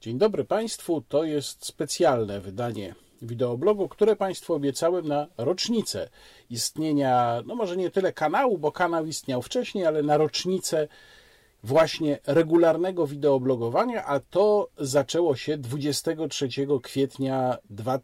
Dzień dobry Państwu, to jest specjalne wydanie wideoblogu, które Państwu obiecałem na rocznicę istnienia, no może nie tyle kanału, bo kanał istniał wcześniej, ale na rocznicę właśnie regularnego wideoblogowania, a to zaczęło się 23 kwietnia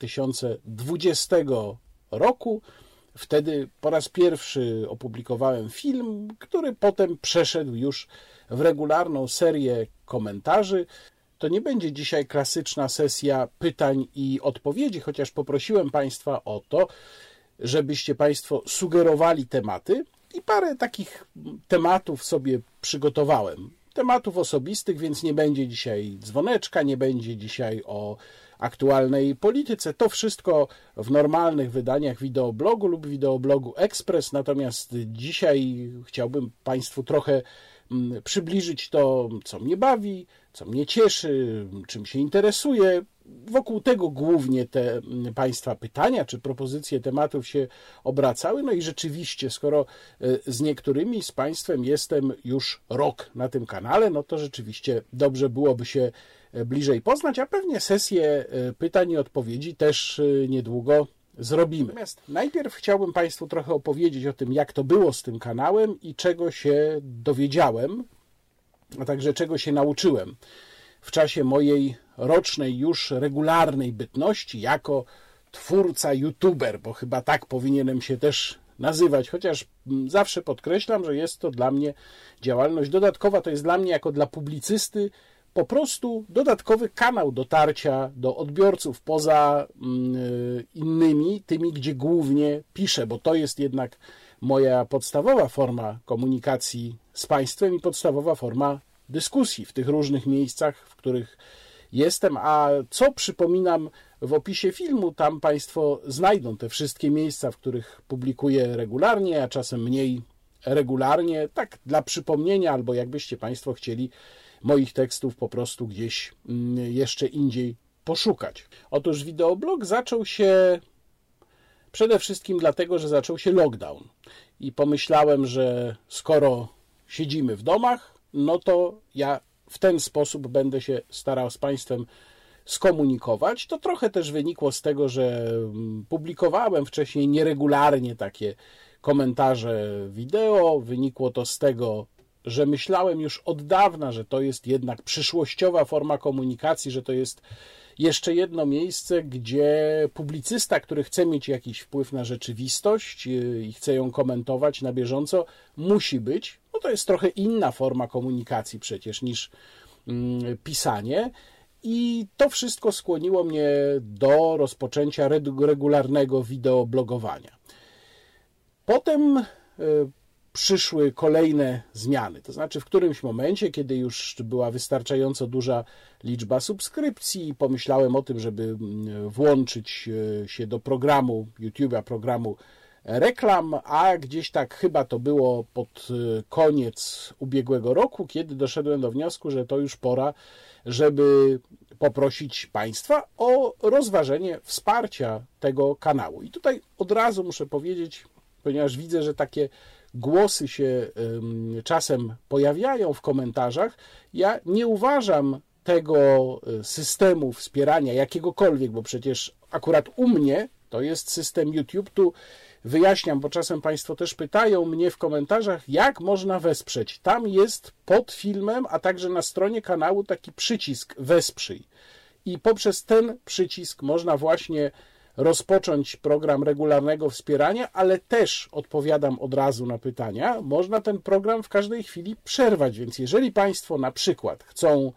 2020 roku. Wtedy po raz pierwszy opublikowałem film, który potem przeszedł już w regularną serię komentarzy. To nie będzie dzisiaj klasyczna sesja pytań i odpowiedzi, chociaż poprosiłem Państwa o to, żebyście Państwo sugerowali tematy i parę takich tematów sobie przygotowałem. Tematów osobistych, więc nie będzie dzisiaj dzwoneczka, nie będzie dzisiaj o aktualnej polityce. To wszystko w normalnych wydaniach wideoblogu lub wideoblogu Express. Natomiast dzisiaj chciałbym Państwu trochę przybliżyć to, co mnie bawi, co mnie cieszy, czym się interesuję. Wokół tego głównie te Państwa pytania czy propozycje tematów się obracały. No i rzeczywiście, skoro z niektórymi z Państwem jestem już rok na tym kanale, no to rzeczywiście dobrze byłoby się bliżej poznać, a pewnie sesję pytań i odpowiedzi też niedługo zrobimy. Natomiast najpierw chciałbym Państwu trochę opowiedzieć o tym, jak to było z tym kanałem i czego się dowiedziałem, a także czego się nauczyłem w czasie mojej rocznej już regularnej bytności jako twórca youtuber, bo chyba tak powinienem się też nazywać, chociaż zawsze podkreślam, że jest to dla mnie działalność dodatkowa, to jest dla mnie jako dla publicysty po prostu dodatkowy kanał dotarcia do odbiorców poza innymi, tymi, gdzie głównie piszę, bo to jest jednak moja podstawowa forma komunikacji z Państwem i podstawowa forma dyskusji w tych różnych miejscach, w których jestem, a co przypominam w opisie filmu, tam Państwo znajdą te wszystkie miejsca, w których publikuję regularnie, a czasem mniej regularnie, tak dla przypomnienia, albo jakbyście Państwo chcieli moich tekstów po prostu gdzieś jeszcze indziej poszukać. Otóż wideoblog zaczął się przede wszystkim dlatego, że zaczął się lockdown i pomyślałem, że skoro siedzimy w domach, no to ja w ten sposób będę się starał z Państwem skomunikować. To trochę też wynikło z tego, że publikowałem wcześniej nieregularnie takie komentarze wideo. Wynikło to z tego, że myślałem już od dawna, że to jest jednak przyszłościowa forma komunikacji, że to jest jeszcze jedno miejsce, gdzie publicysta, który chce mieć jakiś wpływ na rzeczywistość i chce ją komentować na bieżąco, musi być. No to jest trochę inna forma komunikacji przecież niż pisanie. I to wszystko skłoniło mnie do rozpoczęcia regularnego wideoblogowania. Potem przyszły kolejne zmiany, to znaczy w którymś momencie, kiedy już była wystarczająco duża liczba subskrypcji, pomyślałem o tym, żeby włączyć się do programu YouTube'a, programu reklam, a gdzieś tak chyba to było pod koniec ubiegłego roku, kiedy doszedłem do wniosku, że to już pora, żeby poprosić Państwa o rozważenie wsparcia tego kanału. I tutaj od razu muszę powiedzieć, ponieważ widzę, że takie głosy się czasem pojawiają w komentarzach, ja nie uważam tego systemu wspierania jakiegokolwiek, bo przecież akurat u mnie to jest system YouTube. Tu wyjaśniam, bo czasem Państwo też pytają mnie w komentarzach, jak można wesprzeć. Tam jest pod filmem, a także na stronie kanału taki przycisk wesprzyj. I poprzez ten przycisk można właśnie rozpocząć program regularnego wspierania, ale też odpowiadam od razu na pytania. Można ten program w każdej chwili przerwać, więc jeżeli Państwo na przykład chcą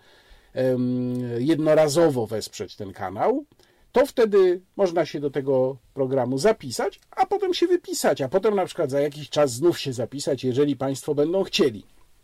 jednorazowo wesprzeć ten kanał, to wtedy można się do tego programu zapisać, a potem się wypisać, a potem na przykład za jakiś czas znów się zapisać, jeżeli Państwo będą chcieli.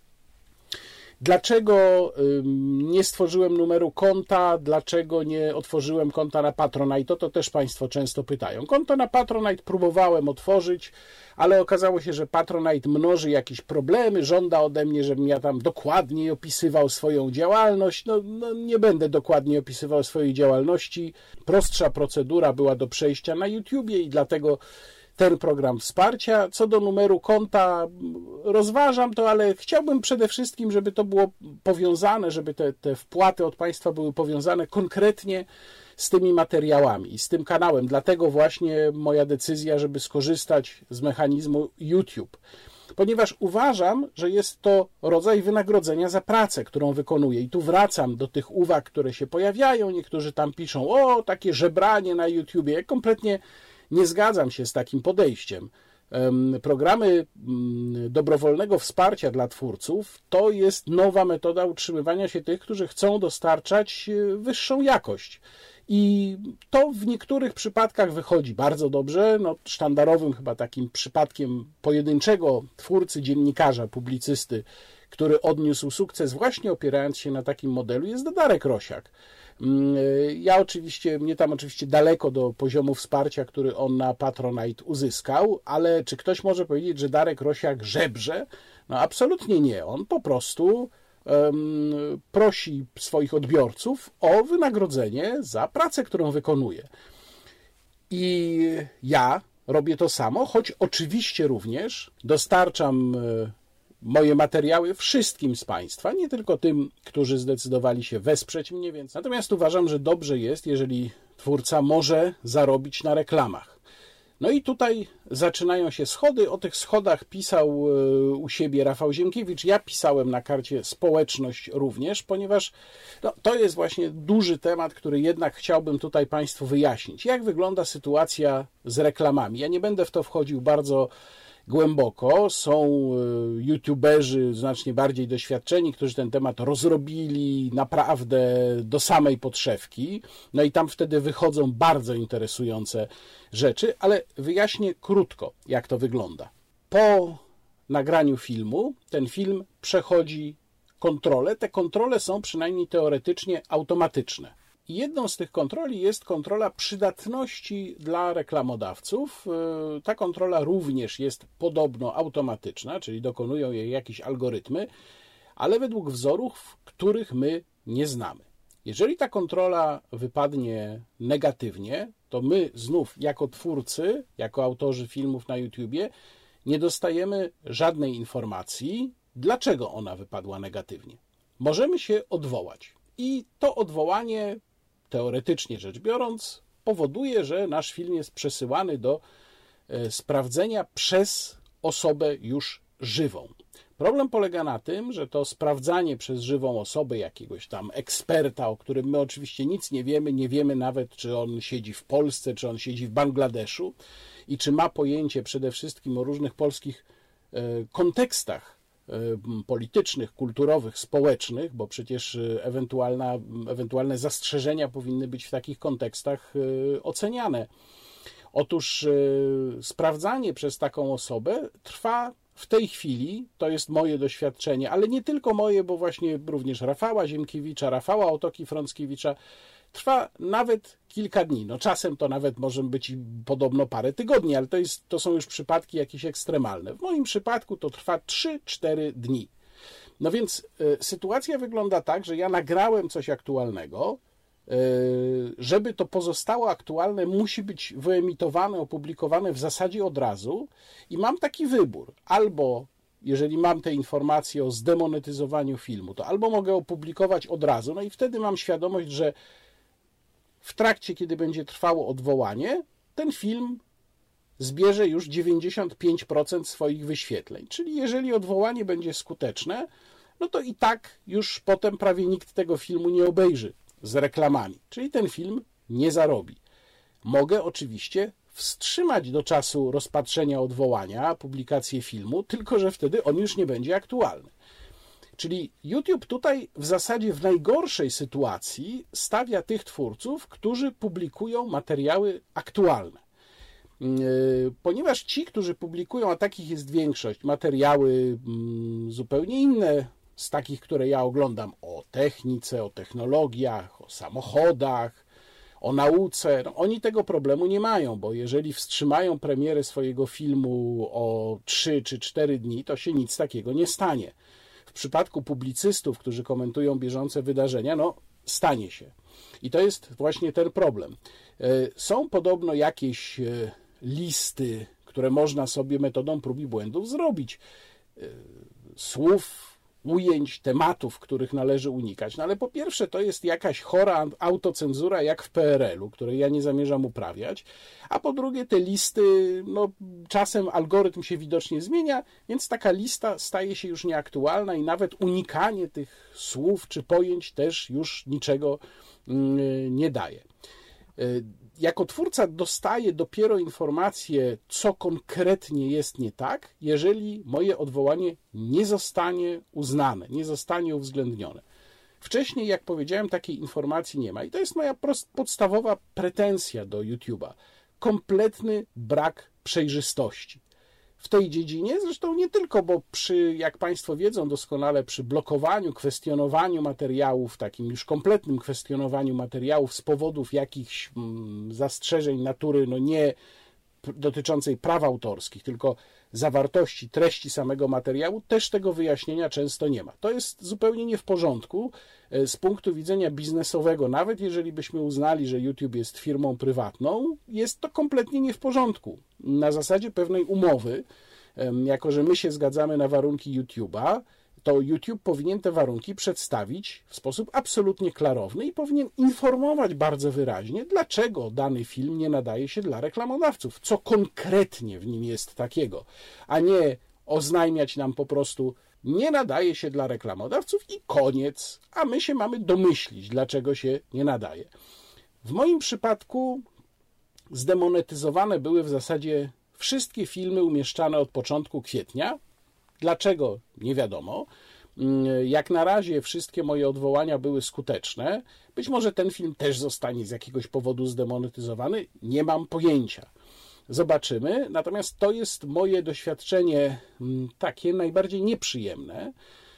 Dlaczego nie stworzyłem numeru konta? Dlaczego nie otworzyłem konta na Patronite? To też Państwo często pytają. Konto na Patronite próbowałem otworzyć, ale okazało się, że Patronite mnoży jakieś problemy, żąda ode mnie, żebym ja tam dokładniej opisywał swoją działalność. No nie będę dokładnie opisywał swojej działalności. Prostsza procedura była do przejścia na YouTubie i dlatego ten program wsparcia. Co do numeru konta, rozważam to, ale chciałbym przede wszystkim, żeby to było powiązane, żeby te wpłaty od Państwa były powiązane konkretnie z tymi materiałami i z tym kanałem. Dlatego właśnie moja decyzja, żeby skorzystać z mechanizmu YouTube. Ponieważ uważam, że jest to rodzaj wynagrodzenia za pracę, którą wykonuję. I tu wracam do tych uwag, które się pojawiają. Niektórzy tam piszą, o, takie żebranie na YouTubie. Ja kompletnie nie zgadzam się z takim podejściem. Programy dobrowolnego wsparcia dla twórców to jest nowa metoda utrzymywania się tych, którzy chcą dostarczać wyższą jakość. I to w niektórych przypadkach wychodzi bardzo dobrze. No, sztandarowym chyba takim przypadkiem pojedynczego twórcy, dziennikarza, publicysty, który odniósł sukces właśnie opierając się na takim modelu, jest Darek Rosiak. Mnie tam oczywiście daleko do poziomu wsparcia, który on na Patronite uzyskał, ale czy ktoś może powiedzieć, że Darek Rosiak żebrze? No absolutnie nie. On po prostu prosi swoich odbiorców o wynagrodzenie za pracę, którą wykonuje. I ja robię to samo, choć oczywiście również dostarczam moje materiały wszystkim z Państwa, nie tylko tym, którzy zdecydowali się wesprzeć mnie, więc natomiast uważam, że dobrze jest, jeżeli twórca może zarobić na reklamach. No i tutaj zaczynają się schody. O tych schodach pisał u siebie Rafał Ziemkiewicz. Ja pisałem na karcie społeczność również, ponieważ to jest właśnie duży temat, który jednak chciałbym tutaj Państwu wyjaśnić. Jak wygląda sytuacja z reklamami? Ja nie będę w to wchodził bardzo głęboko. Są youtuberzy znacznie bardziej doświadczeni, którzy ten temat rozrobili naprawdę do samej podszewki. No i tam wtedy wychodzą bardzo interesujące rzeczy, ale wyjaśnię krótko, jak to wygląda. Po nagraniu filmu ten film przechodzi kontrolę. Te kontrole są przynajmniej teoretycznie automatyczne. I jedną z tych kontroli jest kontrola przydatności dla reklamodawców. Ta kontrola również jest podobno automatyczna, czyli dokonują jej jakieś algorytmy, ale według wzorów, których my nie znamy. Jeżeli ta kontrola wypadnie negatywnie, to my znów jako twórcy, jako autorzy filmów na YouTubie nie dostajemy żadnej informacji, dlaczego ona wypadła negatywnie. Możemy się odwołać i to odwołanie, teoretycznie rzecz biorąc, powoduje, że nasz film jest przesyłany do sprawdzenia przez osobę już żywą. Problem polega na tym, że to sprawdzanie przez żywą osobę, jakiegoś tam eksperta, o którym my oczywiście nic nie wiemy nawet, czy on siedzi w Polsce, czy on siedzi w Bangladeszu i czy ma pojęcie przede wszystkim o różnych polskich kontekstach politycznych, kulturowych, społecznych, bo przecież ewentualne zastrzeżenia powinny być w takich kontekstach oceniane. Otóż sprawdzanie przez taką osobę trwa w tej chwili, to jest moje doświadczenie, ale nie tylko moje, bo właśnie również Rafała Ziemkiewicza, Rafała Otoki-Frąckiewicza, trwa nawet kilka dni. No czasem to nawet może być podobno parę tygodni, ale to są już przypadki jakieś ekstremalne. W moim przypadku to trwa 3-4 dni. No więc sytuacja wygląda tak, że ja nagrałem coś aktualnego. Żeby to pozostało aktualne, musi być wyemitowane, opublikowane w zasadzie od razu i mam taki wybór. Albo jeżeli mam te informacje o zdemonetyzowaniu filmu, to albo mogę opublikować od razu, no i wtedy mam świadomość, że w trakcie, kiedy będzie trwało odwołanie, ten film zbierze już 95% swoich wyświetleń. Czyli jeżeli odwołanie będzie skuteczne, no to i tak już potem prawie nikt tego filmu nie obejrzy z reklamami, czyli ten film nie zarobi. Mogę oczywiście wstrzymać do czasu rozpatrzenia odwołania publikację filmu, tylko że wtedy on już nie będzie aktualny. Czyli YouTube tutaj w zasadzie w najgorszej sytuacji stawia tych twórców, którzy publikują materiały aktualne. Ponieważ ci, którzy publikują, a takich jest większość, materiały zupełnie inne z takich, które ja oglądam, o technice, o technologiach, o samochodach, o nauce, no, oni tego problemu nie mają, bo jeżeli wstrzymają premierę swojego filmu o 3 czy 4 dni, to się nic takiego nie stanie. W przypadku publicystów, którzy komentują bieżące wydarzenia, no stanie się. I to jest właśnie ten problem. Są podobno jakieś listy, które można sobie metodą prób i błędów zrobić. Słów, ujęć, tematów, których należy unikać. No ale po pierwsze to jest jakaś chora autocenzura jak w PRL-u, której ja nie zamierzam uprawiać, a po drugie te listy, no czasem algorytm się widocznie zmienia, więc taka lista staje się już nieaktualna i nawet unikanie tych słów czy pojęć też już niczego nie daje. Jako twórca dostaję dopiero informację, co konkretnie jest nie tak, jeżeli moje odwołanie nie zostanie uznane, nie zostanie uwzględnione. Wcześniej, jak powiedziałem, takiej informacji nie ma i to jest moja podstawowa pretensja do YouTube'a. Kompletny brak przejrzystości w tej dziedzinie, zresztą nie tylko, bo jak Państwo wiedzą doskonale, przy blokowaniu, kwestionowaniu materiałów, takim już kompletnym kwestionowaniu materiałów z powodów jakichś zastrzeżeń natury, no nie dotyczącej praw autorskich, tylko zawartości, treści samego materiału, też tego wyjaśnienia często nie ma. To jest zupełnie nie w porządku z punktu widzenia biznesowego. Nawet jeżeli byśmy uznali, że YouTube jest firmą prywatną, jest to kompletnie nie w porządku. Na zasadzie pewnej umowy, jako że my się zgadzamy na warunki YouTube'a, to YouTube powinien te warunki przedstawić w sposób absolutnie klarowny i powinien informować bardzo wyraźnie, dlaczego dany film nie nadaje się dla reklamodawców, co konkretnie w nim jest takiego, a nie oznajmiać nam po prostu, nie nadaje się dla reklamodawców i koniec, a my się mamy domyślić, dlaczego się nie nadaje. W moim przypadku zdemonetyzowane były w zasadzie wszystkie filmy umieszczane od początku kwietnia. Dlaczego? Nie wiadomo. Jak na razie wszystkie moje odwołania były skuteczne. Być może ten film też zostanie z jakiegoś powodu zdemonetyzowany. Nie mam pojęcia. Zobaczymy. Natomiast to jest moje doświadczenie takie najbardziej nieprzyjemne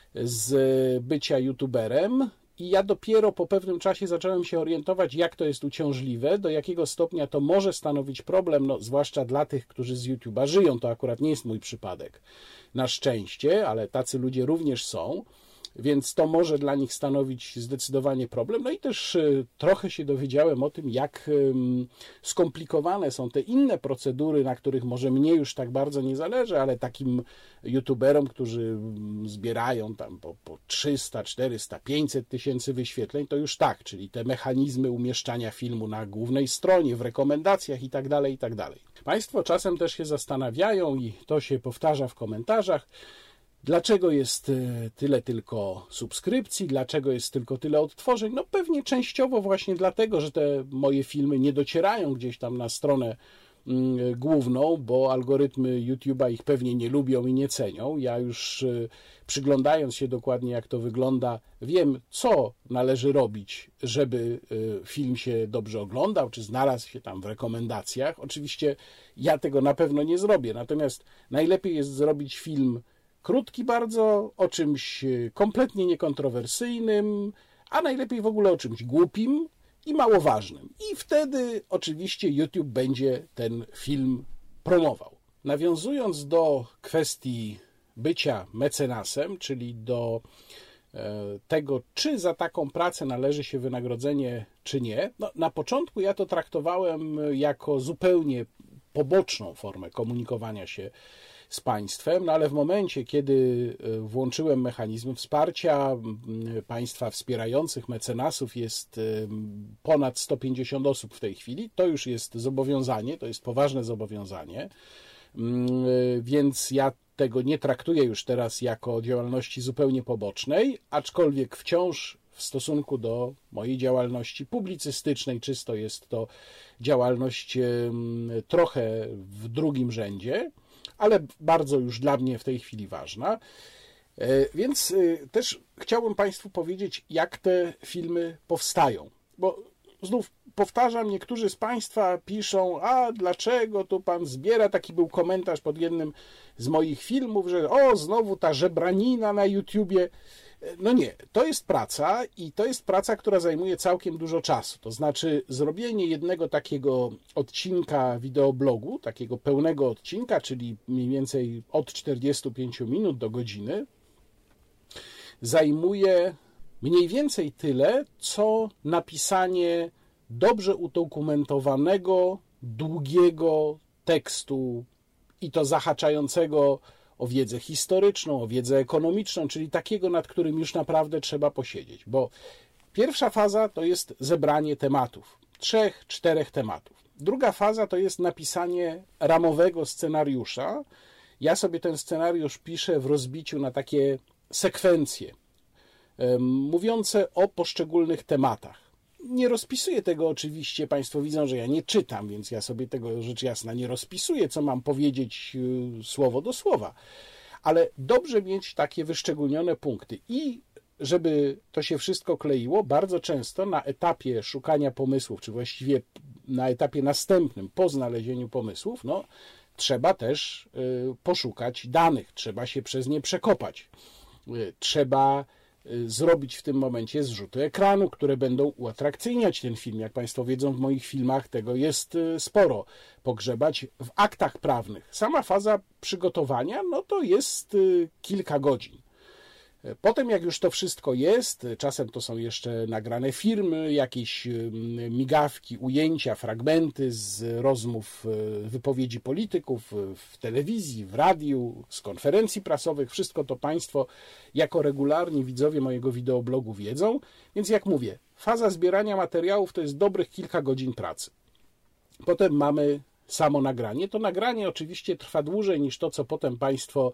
z bycia youtuberem. I ja dopiero po pewnym czasie zacząłem się orientować, jak to jest uciążliwe, do jakiego stopnia to może stanowić problem, no, zwłaszcza dla tych, którzy z YouTube'a żyją. To akurat nie jest mój przypadek. Na szczęście, ale tacy ludzie również są, więc to może dla nich stanowić zdecydowanie problem. No i też trochę się dowiedziałem o tym, jak skomplikowane są te inne procedury, na których może mnie już tak bardzo nie zależy, ale takim youtuberom, którzy zbierają tam po 300, 400, 500 tysięcy wyświetleń, to już tak, czyli te mechanizmy umieszczania filmu na głównej stronie, w rekomendacjach i tak dalej, i tak dalej. Państwo czasem też się zastanawiają i to się powtarza w komentarzach, dlaczego jest tyle tylko subskrypcji, dlaczego jest tylko tyle odtworzeń? No pewnie częściowo właśnie dlatego, że te moje filmy nie docierają gdzieś tam na stronę główną, bo algorytmy YouTube'a ich pewnie nie lubią i nie cenią. Ja już przyglądając się dokładnie, jak to wygląda, wiem, co należy robić, żeby film się dobrze oglądał, czy znalazł się tam w rekomendacjach. Oczywiście ja tego na pewno nie zrobię, natomiast najlepiej jest zrobić film krótki bardzo, o czymś kompletnie niekontrowersyjnym, a najlepiej w ogóle o czymś głupim i mało ważnym. I wtedy oczywiście YouTube będzie ten film promował. Nawiązując do kwestii bycia mecenasem, czyli do tego, czy za taką pracę należy się wynagrodzenie, czy nie, no, na początku ja to traktowałem jako zupełnie poboczną formę komunikowania się z państwem, no ale w momencie, kiedy włączyłem mechanizmy wsparcia, państwa wspierających mecenasów jest ponad 150 osób w tej chwili, to już jest zobowiązanie, to jest poważne zobowiązanie, więc ja tego nie traktuję już teraz jako działalności zupełnie pobocznej, aczkolwiek wciąż w stosunku do mojej działalności publicystycznej czysto jest to działalność trochę w drugim rzędzie, ale bardzo już dla mnie w tej chwili ważna. Więc też chciałbym Państwu powiedzieć, jak te filmy powstają. Bo znów powtarzam, niektórzy z Państwa piszą, a dlaczego tu Pan zbiera? Taki był komentarz pod jednym z moich filmów, że o, znowu ta żebranina na YouTubie. No nie, to jest praca i to jest praca, która zajmuje całkiem dużo czasu. To znaczy zrobienie jednego takiego odcinka wideoblogu, takiego pełnego odcinka, czyli mniej więcej od 45 minut do godziny, zajmuje mniej więcej tyle, co napisanie dobrze udokumentowanego, długiego tekstu i to zahaczającego o wiedzę historyczną, o wiedzę ekonomiczną, czyli takiego, nad którym już naprawdę trzeba posiedzieć. Bo pierwsza faza to jest zebranie tematów, 3-4 tematów. Druga faza to jest napisanie ramowego scenariusza. Ja sobie ten scenariusz piszę w rozbiciu na takie sekwencje, mówiące o poszczególnych tematach. Nie rozpisuję tego oczywiście, Państwo widzą, że ja nie czytam, więc ja sobie tego rzecz jasna nie rozpisuję, co mam powiedzieć słowo do słowa. Ale dobrze mieć takie wyszczególnione punkty i żeby to się wszystko kleiło, bardzo często na etapie szukania pomysłów, czy właściwie na etapie następnym, po znalezieniu pomysłów, trzeba też poszukać danych, trzeba się przez nie przekopać. Trzeba zrobić w tym momencie zrzuty ekranu, które będą uatrakcyjniać ten film. Jak Państwo wiedzą, w moich filmach tego jest sporo. Pogrzebać w aktach prawnych. Sama faza przygotowania, to jest kilka godzin. Potem, jak już to wszystko jest, czasem to są jeszcze nagrane filmy, jakieś migawki, ujęcia, fragmenty z rozmów, wypowiedzi polityków w telewizji, w radiu, z konferencji prasowych. Wszystko to Państwo jako regularni widzowie mojego wideoblogu wiedzą. Więc jak mówię, faza zbierania materiałów to jest dobrych kilka godzin pracy. Potem mamy samo nagranie. To nagranie oczywiście trwa dłużej niż to, co potem Państwo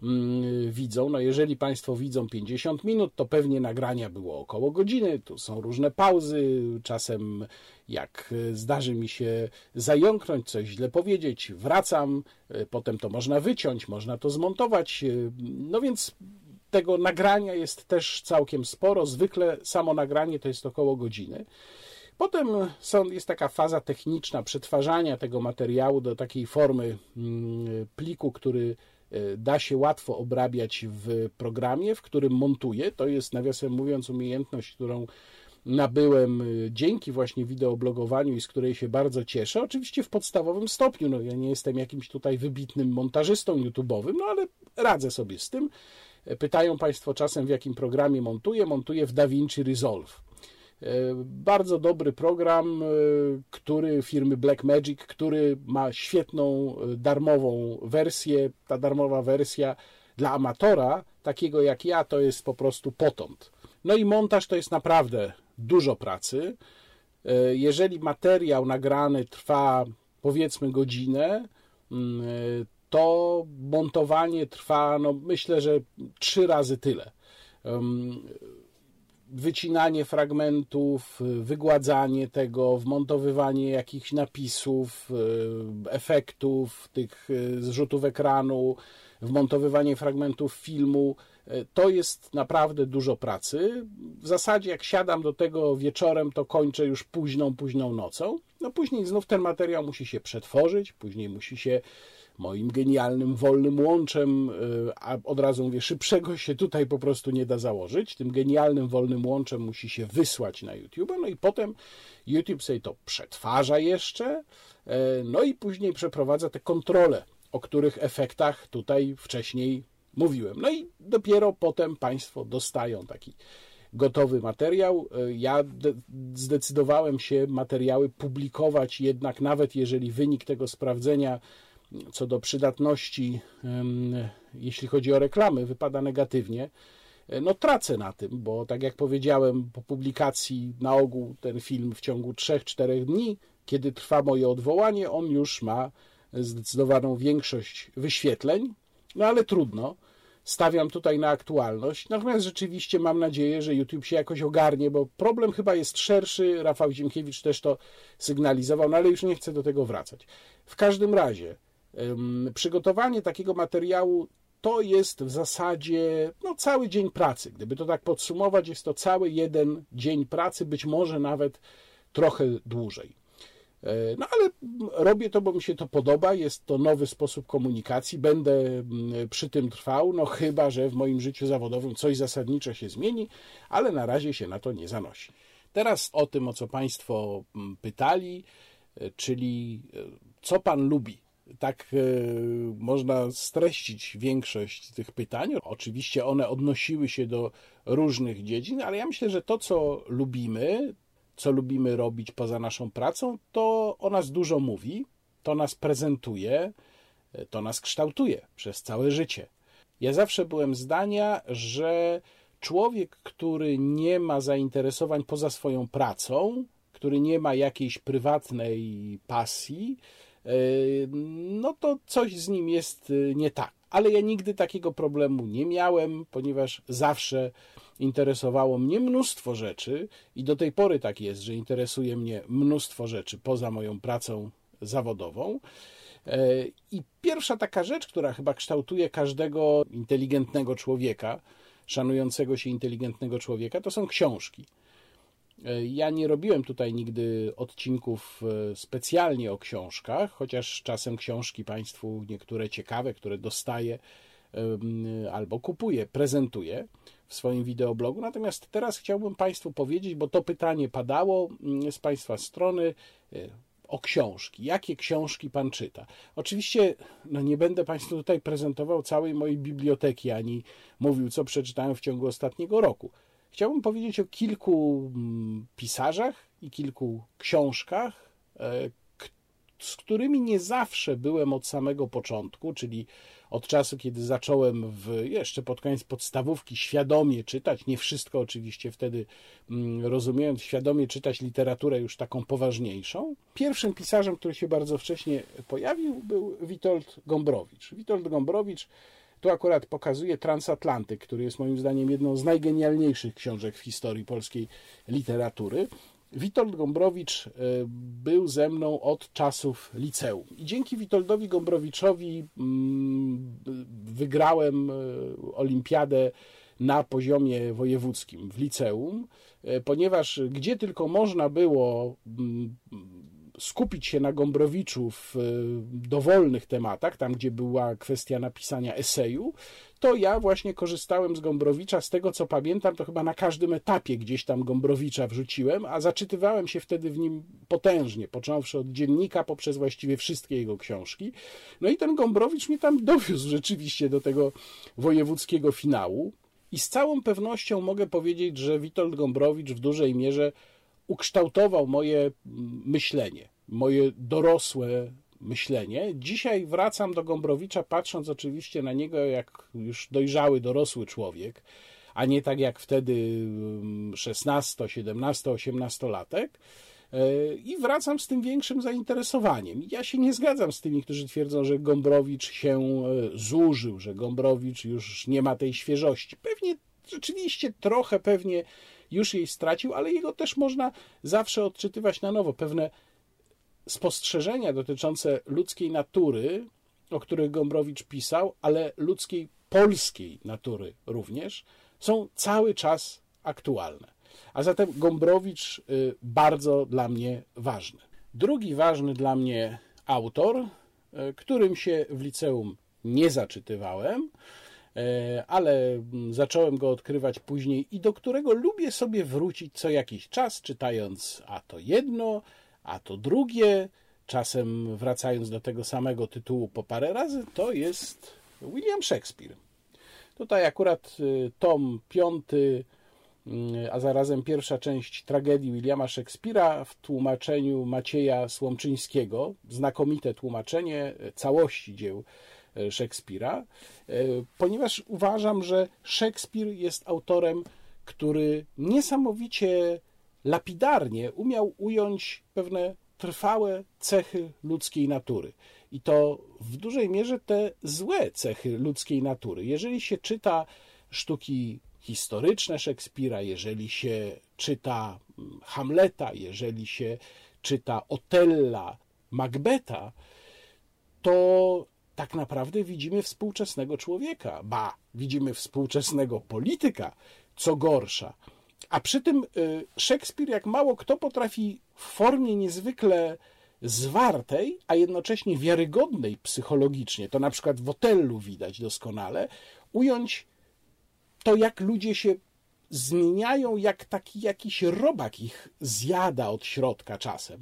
widzą. Jeżeli Państwo widzą 50 minut, to pewnie nagrania było około godziny. Tu są różne pauzy. Czasem jak zdarzy mi się zająknąć, coś źle powiedzieć, wracam. Potem to można wyciąć, można to zmontować. Więc tego nagrania jest też całkiem sporo. Zwykle samo nagranie to jest około godziny. Potem jest taka faza techniczna przetwarzania tego materiału do takiej formy pliku, który da się łatwo obrabiać w programie, w którym montuję. To jest, nawiasem mówiąc, umiejętność, którą nabyłem dzięki właśnie wideoblogowaniu i z której się bardzo cieszę. Oczywiście w podstawowym stopniu. Ja nie jestem jakimś tutaj wybitnym montażystą YouTube'owym, ale radzę sobie z tym. Pytają Państwo czasem, w jakim programie montuję. Montuję w DaVinci Resolve. Bardzo dobry program, firmy Blackmagic, który ma świetną darmową wersję. Ta darmowa wersja dla amatora, takiego jak ja, to jest po prostu potąd. I montaż to jest naprawdę dużo pracy. Jeżeli materiał nagrany trwa powiedzmy godzinę, to montowanie trwa, myślę, że 3 razy tyle. Wycinanie fragmentów, wygładzanie tego, wmontowywanie jakichś napisów, efektów, tych zrzutów ekranu, wmontowywanie fragmentów filmu, to jest naprawdę dużo pracy. W zasadzie jak siadam do tego wieczorem, to kończę już późną nocą. Później znów ten materiał musi się przetworzyć, później musi się moim genialnym, wolnym łączem, a od razu mówię, szybszego się tutaj po prostu nie da założyć. Tym genialnym, wolnym łączem musi się wysłać na YouTube, i potem YouTube sobie to przetwarza jeszcze, i później przeprowadza te kontrole, o których efektach tutaj wcześniej mówiłem. I dopiero potem Państwo dostają taki gotowy materiał. Ja zdecydowałem się materiały publikować jednak, nawet jeżeli wynik tego sprawdzenia co do przydatności, jeśli chodzi o reklamy, wypada negatywnie, tracę na tym, bo tak jak powiedziałem, po publikacji na ogół ten film w ciągu 3-4 dni, kiedy trwa moje odwołanie, on już ma zdecydowaną większość wyświetleń, ale trudno. Stawiam tutaj na aktualność, natomiast rzeczywiście mam nadzieję, że YouTube się jakoś ogarnie, bo problem chyba jest szerszy. Rafał Ziemkiewicz też to sygnalizował, ale już nie chcę do tego wracać. W każdym razie przygotowanie takiego materiału to jest w zasadzie cały dzień pracy. Gdyby to tak podsumować, jest to cały jeden dzień pracy, być może nawet trochę dłużej. Ale robię to, bo mi się to podoba, jest to nowy sposób komunikacji, będę przy tym trwał, chyba że w moim życiu zawodowym coś zasadniczo się zmieni, ale na razie się na to nie zanosi. Teraz o tym, o co Państwo pytali, czyli co Pan lubi. Tak można streścić większość tych pytań. Oczywiście one odnosiły się do różnych dziedzin, ale ja myślę, że to, co lubimy robić poza naszą pracą, to o nas dużo mówi, to nas prezentuje, To nas kształtuje przez całe życie. Ja zawsze byłem zdania, że człowiek, który nie ma zainteresowań poza swoją pracą, który nie ma jakiejś prywatnej pasji, no to coś z nim jest nie tak. Ale ja nigdy takiego problemu nie miałem, ponieważ zawsze interesowało mnie mnóstwo rzeczy i do tej pory tak jest, że interesuje mnie mnóstwo rzeczy poza moją pracą zawodową. I pierwsza taka rzecz, która chyba kształtuje każdego inteligentnego człowieka, szanującego się inteligentnego człowieka, to są książki. Ja nie robiłem tutaj nigdy odcinków specjalnie o książkach, chociaż czasem książki Państwu niektóre ciekawe, które dostaję albo kupuję, prezentuję w swoim wideoblogu. Natomiast teraz chciałbym Państwu powiedzieć, bo to pytanie padało z Państwa strony, o książki. Jakie książki Pan czyta? Oczywiście nie będę Państwu tutaj prezentował całej mojej biblioteki, ani mówił, co przeczytałem w ciągu ostatniego roku. Chciałbym powiedzieć o kilku pisarzach i kilku książkach, z którymi nie zawsze byłem od samego początku, czyli od czasu, kiedy zacząłem jeszcze pod koniec podstawówki świadomie czytać, nie wszystko oczywiście wtedy rozumiejąc, świadomie czytać literaturę już taką poważniejszą. Pierwszym pisarzem, który się bardzo wcześnie pojawił, był Witold Gombrowicz. Witold Gombrowicz tu akurat pokazuje Transatlantyk, który jest moim zdaniem jedną z najgenialniejszych książek w historii polskiej literatury. Witold Gombrowicz był ze mną od czasów liceum. I dzięki Witoldowi Gombrowiczowi wygrałem olimpiadę na poziomie wojewódzkim w liceum, ponieważ gdzie tylko można było skupić się na Gombrowiczu w dowolnych tematach, tam gdzie była kwestia napisania eseju, to ja właśnie korzystałem z Gombrowicza. Z tego co pamiętam, to chyba na każdym etapie gdzieś tam Gombrowicza wrzuciłem, a zaczytywałem się wtedy w nim potężnie, począwszy od dziennika poprzez właściwie wszystkie jego książki. No i ten Gombrowicz mnie tam dowiózł rzeczywiście do tego wojewódzkiego finału i z całą pewnością mogę powiedzieć, że Witold Gombrowicz w dużej mierze ukształtował moje myślenie, moje dorosłe myślenie. Dzisiaj wracam do Gombrowicza, patrząc oczywiście na niego jak już dojrzały, dorosły człowiek, a nie tak jak wtedy 16, 17, 18-latek. I wracam z tym większym zainteresowaniem. Ja się nie zgadzam z tymi, którzy twierdzą, że Gombrowicz się zużył, że Gombrowicz już nie ma tej świeżości. Pewnie, rzeczywiście trochę pewnie już jej stracił, ale jego też można zawsze odczytywać na nowo. Pewne spostrzeżenia dotyczące ludzkiej natury, o których Gombrowicz pisał, ale ludzkiej polskiej natury również, są cały czas aktualne. A zatem Gombrowicz bardzo dla mnie ważny. Drugi ważny dla mnie autor, którym się w liceum nie zaczytywałem, ale zacząłem go odkrywać później i do którego lubię sobie wrócić co jakiś czas, czytając a to jedno, a to drugie, czasem wracając do tego samego tytułu po parę razy, to jest William Shakespeare. Tutaj akurat tom 5, a zarazem pierwsza część tragedii Williama Shakespeare'a w tłumaczeniu Macieja Słomczyńskiego, znakomite tłumaczenie całości dzieł Shakespeare'a, ponieważ uważam, że Shakespeare jest autorem, który niesamowicie lapidarnie umiał ująć pewne trwałe cechy ludzkiej natury. I to w dużej mierze te złe cechy ludzkiej natury. Jeżeli się czyta sztuki historyczne Shakespeare'a, jeżeli się czyta Hamleta, jeżeli się czyta Otella, Macbetha, to tak naprawdę widzimy współczesnego człowieka, widzimy współczesnego polityka, co gorsza. A przy tym Szekspir, jak mało kto, potrafi w formie niezwykle zwartej, a jednocześnie wiarygodnej psychologicznie, to na przykład w Otellu widać doskonale, ująć to, jak ludzie się zmieniają, jak taki jakiś robak ich zjada od środka czasem.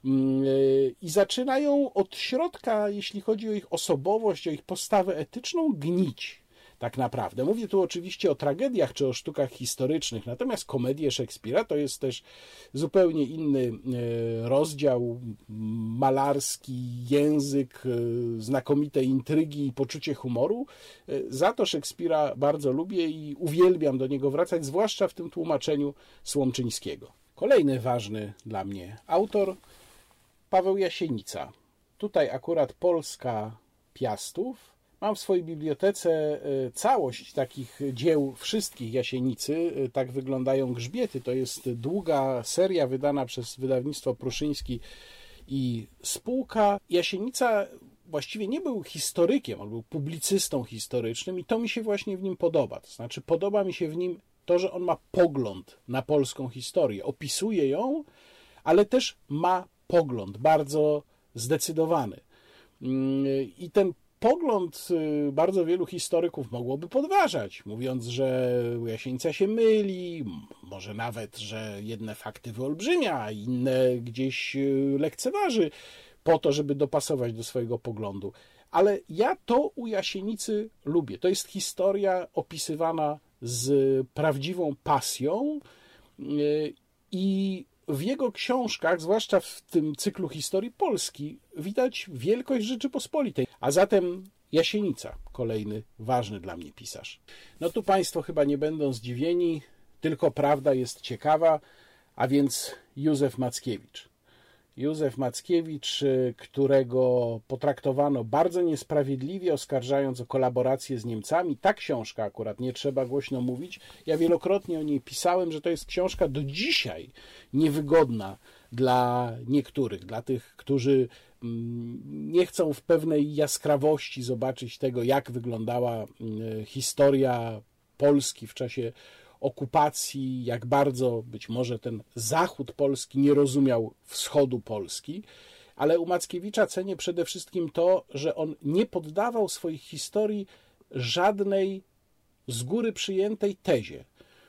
I zaczynają od środka, jeśli chodzi o ich osobowość, o ich postawę etyczną, gnić. tak naprawdę. Mówię tu oczywiście o tragediach czy o sztukach historycznych, natomiast komedie Szekspira to jest też zupełnie inny rozdział, malarski język, znakomite intrygi i poczucie humoru. Za to Szekspira bardzo lubię i uwielbiam do niego wracać, zwłaszcza w tym tłumaczeniu Słomczyńskiego. Kolejny ważny dla mnie autor, Paweł Jasienica. Tutaj akurat Polska Piastów. Mam w swojej bibliotece całość takich dzieł wszystkich Jasienicy. Tak wyglądają Grzbiety. To jest długa seria wydana przez wydawnictwo Pruszyński i spółka. Jasienica właściwie nie był historykiem, on był publicystą historycznym i to mi się właśnie w nim podoba. To znaczy podoba mi się w nim to, że on ma pogląd na polską historię. Opisuje ją, ale też ma pogląd bardzo zdecydowany. I ten pogląd bardzo wielu historyków mogłoby podważać, mówiąc, że Jasienica się myli, może nawet, że jedne fakty wyolbrzymia, a inne gdzieś lekceważy po to, żeby dopasować do swojego poglądu. Ale ja to u Jasienicy lubię. To jest historia opisywana z prawdziwą pasją i w jego książkach, zwłaszcza w tym cyklu historii Polski, widać wielkość Rzeczypospolitej. A zatem Jasienica, kolejny ważny dla mnie pisarz. No tu Państwo chyba nie będą zdziwieni, tylko prawda jest ciekawa, a więc Józef Mackiewicz. Józef Mackiewicz, którego potraktowano bardzo niesprawiedliwie, oskarżając o kolaborację z Niemcami. Ta książka akurat, nie trzeba głośno mówić, ja wielokrotnie o niej pisałem, że to jest książka do dzisiaj niewygodna dla niektórych, dla tych, którzy nie chcą w pewnej jaskrawości zobaczyć tego, jak wyglądała historia Polski w czasie okupacji, jak bardzo być może ten zachód Polski nie rozumiał wschodu Polski, ale u Mackiewicza cenię przede wszystkim to, że on nie poddawał swoich historii żadnej z góry przyjętej tezie.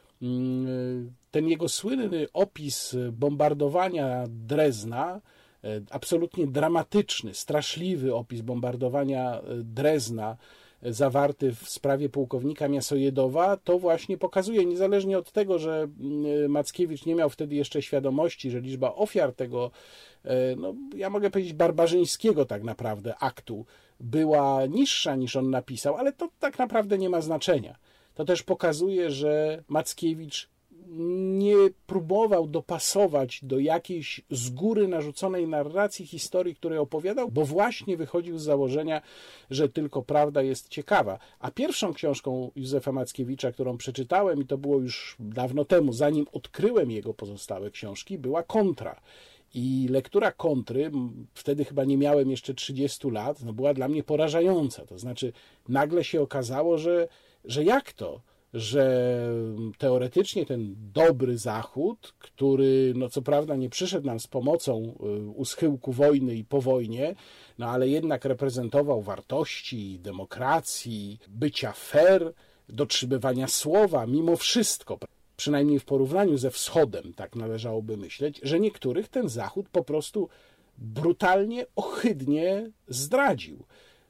Ten jego słynny opis bombardowania Drezna, absolutnie dramatyczny, straszliwy opis bombardowania Drezna, zawarty w sprawie pułkownika Miasojedowa, to właśnie pokazuje, niezależnie od tego, że Mackiewicz nie miał wtedy jeszcze świadomości, że liczba ofiar tego, no, ja mogę powiedzieć, barbarzyńskiego tak naprawdę aktu była niższa niż on napisał, ale to tak naprawdę nie ma znaczenia. To też pokazuje, że Mackiewicz nie próbował dopasować do jakiejś z góry narzuconej narracji historii, której opowiadał, bo właśnie wychodził z założenia, że tylko prawda jest ciekawa. A pierwszą książką Józefa Mackiewicza, którą przeczytałem, i to było już dawno temu, zanim odkryłem jego pozostałe książki, była Kontra. I lektura Kontry, wtedy chyba nie miałem jeszcze 30 lat, no była dla mnie porażająca. To znaczy nagle się okazało, że jak to? Że teoretycznie ten dobry Zachód, który no co prawda nie przyszedł nam z pomocą u schyłku wojny i po wojnie, no ale jednak reprezentował wartości demokracji, bycia fair, dotrzymywania słowa, mimo wszystko, przynajmniej w porównaniu ze Wschodem, tak należałoby myśleć, że niektórych ten Zachód po prostu brutalnie, ohydnie zdradził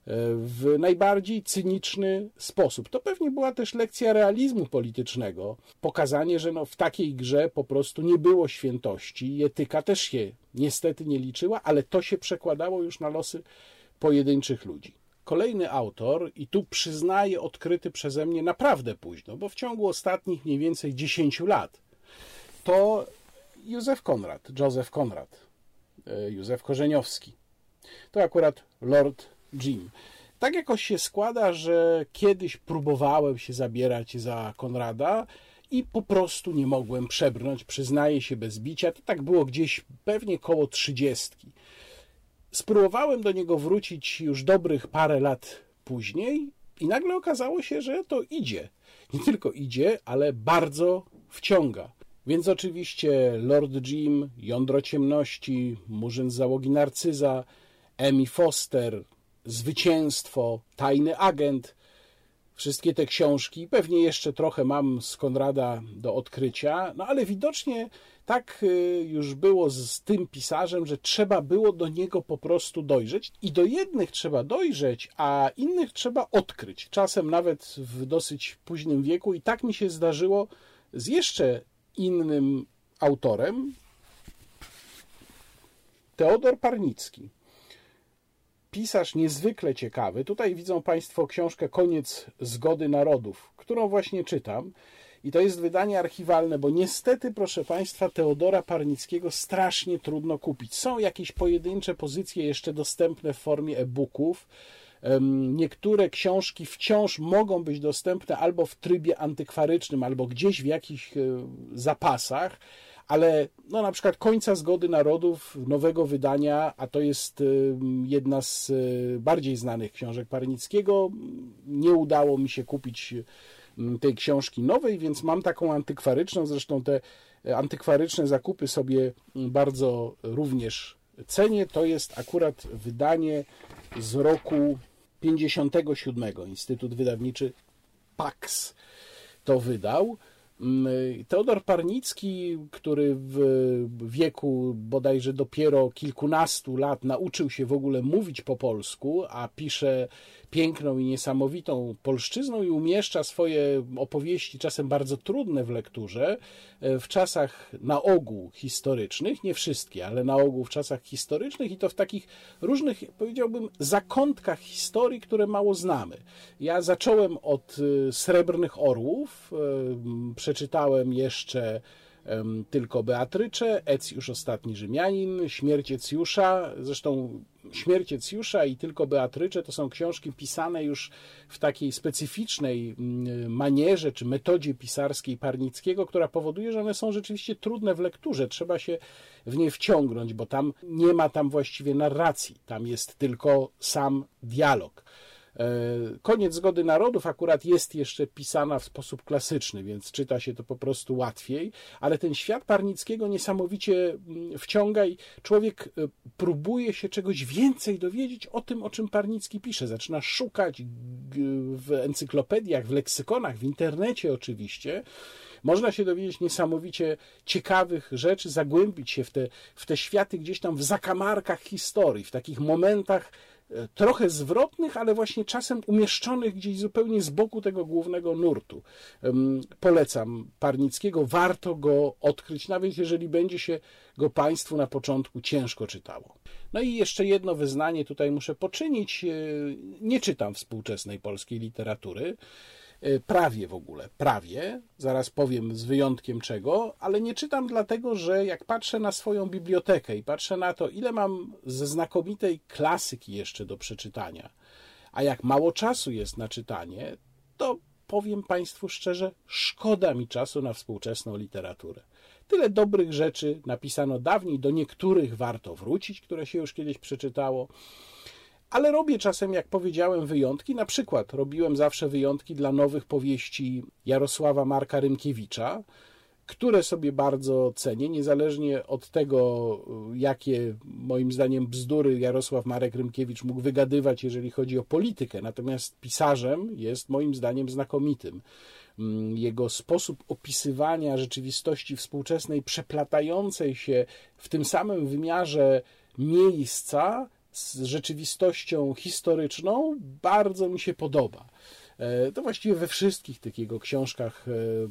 w najbardziej cyniczny sposób. To pewnie była też lekcja realizmu politycznego, pokazanie, że no w takiej grze po prostu nie było świętości i etyka też się niestety nie liczyła, ale to się przekładało już na losy pojedynczych ludzi. Kolejny autor, i tu przyznaję, odkryty przeze mnie naprawdę późno, bo w ciągu ostatnich mniej więcej 10 lat, to Józef Konrad, Józef Korzeniowski. To akurat Lord Jim. Tak jakoś się składa, że kiedyś próbowałem się zabierać za Konrada i po prostu nie mogłem przebrnąć, przyznaję się bez bicia. To tak było gdzieś pewnie koło 30. Spróbowałem do niego wrócić już dobrych parę lat później i nagle okazało się, że to idzie. Nie tylko idzie, ale bardzo wciąga. Więc oczywiście Lord Jim, Jądro ciemności, Murzyn z załogi Narcyza, Emmy Foster, Zwycięstwo, Tajny agent. wszystkie te książki. Pewnie jeszcze trochę mam z Konrada do odkrycia, no ale widocznie tak już było z tym pisarzem, że trzeba było do niego po prostu dojrzeć i do jednych trzeba dojrzeć, a innych trzeba odkryć. Czasem nawet w dosyć późnym wieku i tak mi się zdarzyło z jeszcze innym autorem, Teodor Parnicki. Pisarz niezwykle ciekawy. Tutaj widzą Państwo książkę Koniec zgody narodów, którą właśnie czytam. I to jest wydanie archiwalne, bo niestety, proszę Państwa, Teodora Parnickiego strasznie trudno kupić. Są jakieś pojedyncze pozycje jeszcze dostępne w formie e-booków. Niektóre książki wciąż mogą być dostępne albo w trybie antykwarycznym, albo gdzieś w jakichś zapasach, ale no, na przykład Końca zgody narodów, nowego wydania, a to jest jedna z bardziej znanych książek Parnickiego, nie udało mi się kupić tej książki nowej, więc mam taką antykwaryczną, zresztą te antykwaryczne zakupy sobie bardzo również cenię. To jest akurat wydanie z roku 57. Instytut Wydawniczy Pax to wydał. Teodor Parnicki, który w wieku bodajże dopiero kilkunastu lat nauczył się w ogóle mówić po polsku, a pisze piękną i niesamowitą polszczyzną i umieszcza swoje opowieści, czasem bardzo trudne w lekturze, w czasach na ogół historycznych, nie wszystkie, ale na ogół w czasach historycznych i to w takich różnych, powiedziałbym, zakątkach historii, które mało znamy. Ja zacząłem od Srebrnych Orłów, przeczytałem jeszcze tylko Beatrycze, Ecjusz Ostatni Rzymianin, Śmierć Ecjusza. Zresztą Śmierć Ecjusza i tylko Beatrycze to są książki pisane już w takiej specyficznej manierze czy metodzie pisarskiej Parnickiego, która powoduje, że one są rzeczywiście trudne w lekturze. Trzeba się w nie wciągnąć, bo tam nie ma właściwie narracji, tam jest tylko sam dialog. Koniec zgody narodów akurat jest jeszcze pisana w sposób klasyczny, więc czyta się to po prostu łatwiej, ale ten świat Parnickiego niesamowicie wciąga i człowiek próbuje się czegoś więcej dowiedzieć o tym, o czym Parnicki pisze. Zaczyna szukać w encyklopediach, w leksykonach, w internecie oczywiście. Można się dowiedzieć niesamowicie ciekawych rzeczy, zagłębić się w te światy gdzieś tam w zakamarkach historii, w takich momentach trochę zwrotnych, ale właśnie czasem umieszczonych gdzieś zupełnie z boku tego głównego nurtu. Polecam Parnickiego, warto go odkryć, nawet jeżeli będzie się go Państwu na początku ciężko czytało. No i jeszcze jedno wyznanie tutaj muszę poczynić. Nie czytam współczesnej polskiej literatury. Prawie w ogóle, prawie, zaraz powiem z wyjątkiem czego, ale nie czytam dlatego, że jak patrzę na swoją bibliotekę i patrzę na to, ile mam ze znakomitej klasyki jeszcze do przeczytania, a jak mało czasu jest na czytanie, to powiem Państwu szczerze, szkoda mi czasu na współczesną literaturę. Tyle dobrych rzeczy napisano dawniej, do niektórych warto wrócić, które się już kiedyś przeczytało. Ale robię czasem, jak powiedziałem, wyjątki. Na przykład robiłem zawsze wyjątki dla nowych powieści Jarosława Marka Rymkiewicza, które sobie bardzo cenię, niezależnie od tego, jakie moim zdaniem bzdury Jarosław Marek Rymkiewicz mógł wygadywać, jeżeli chodzi o politykę. Natomiast pisarzem jest moim zdaniem znakomitym. Jego sposób opisywania rzeczywistości współczesnej, przeplatającej się w tym samym wymiarze miejsca, z rzeczywistością historyczną bardzo mi się podoba. To właściwie we wszystkich tych jego książkach,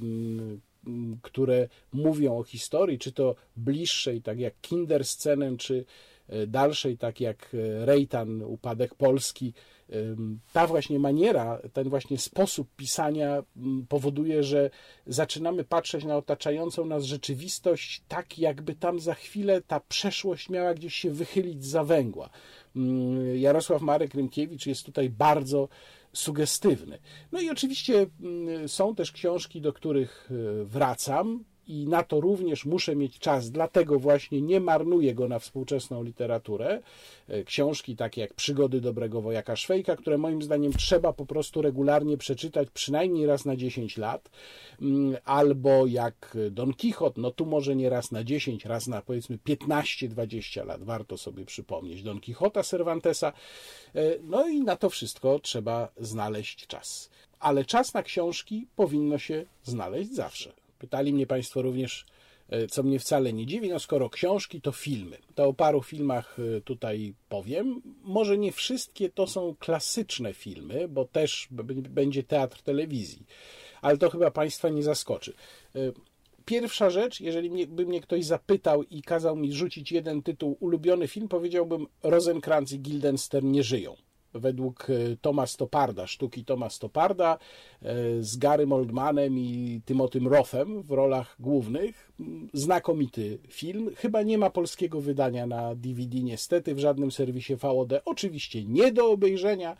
które mówią o historii, czy to bliższej, tak jak Kinderscenen, czy dalszej, tak jak Rejtan, Upadek Polski, ta właśnie maniera, ten właśnie sposób pisania powoduje, że zaczynamy patrzeć na otaczającą nas rzeczywistość tak, jakby tam za chwilę ta przeszłość miała gdzieś się wychylić zza węgła. Jarosław Marek Rymkiewicz jest tutaj bardzo sugestywny. No i oczywiście są też książki, do których wracam i na to również muszę mieć czas, dlatego właśnie nie marnuję go na współczesną literaturę. Książki takie jak Przygody dobrego wojaka Szwejka, które moim zdaniem trzeba po prostu regularnie przeczytać przynajmniej raz na 10 lat, albo jak Don Quixote, no tu może nie raz na 10, raz na powiedzmy 15-20 lat, warto sobie przypomnieć Don Quixota Cervantesa, no i na to wszystko trzeba znaleźć czas. ale czas na książki powinno się znaleźć zawsze. Pytali mnie Państwo również, co mnie wcale nie dziwi, no skoro książki, to filmy. To o paru filmach tutaj powiem. Może nie wszystkie to są klasyczne filmy, bo też będzie teatr telewizji, ale to chyba Państwa nie zaskoczy. Pierwsza rzecz, jeżeli by mnie ktoś zapytał i kazał mi rzucić jeden tytuł, ulubiony film, powiedziałbym Rosencrantz i Guildenstern nie żyją. Według Toma Stopparda, sztuki Toma Stopparda, z Garym Oldmanem i Timothym Rothem w rolach głównych. Znakomity film. Chyba nie ma polskiego wydania na DVD niestety, w żadnym serwisie VOD. Oczywiście nie do obejrzenia.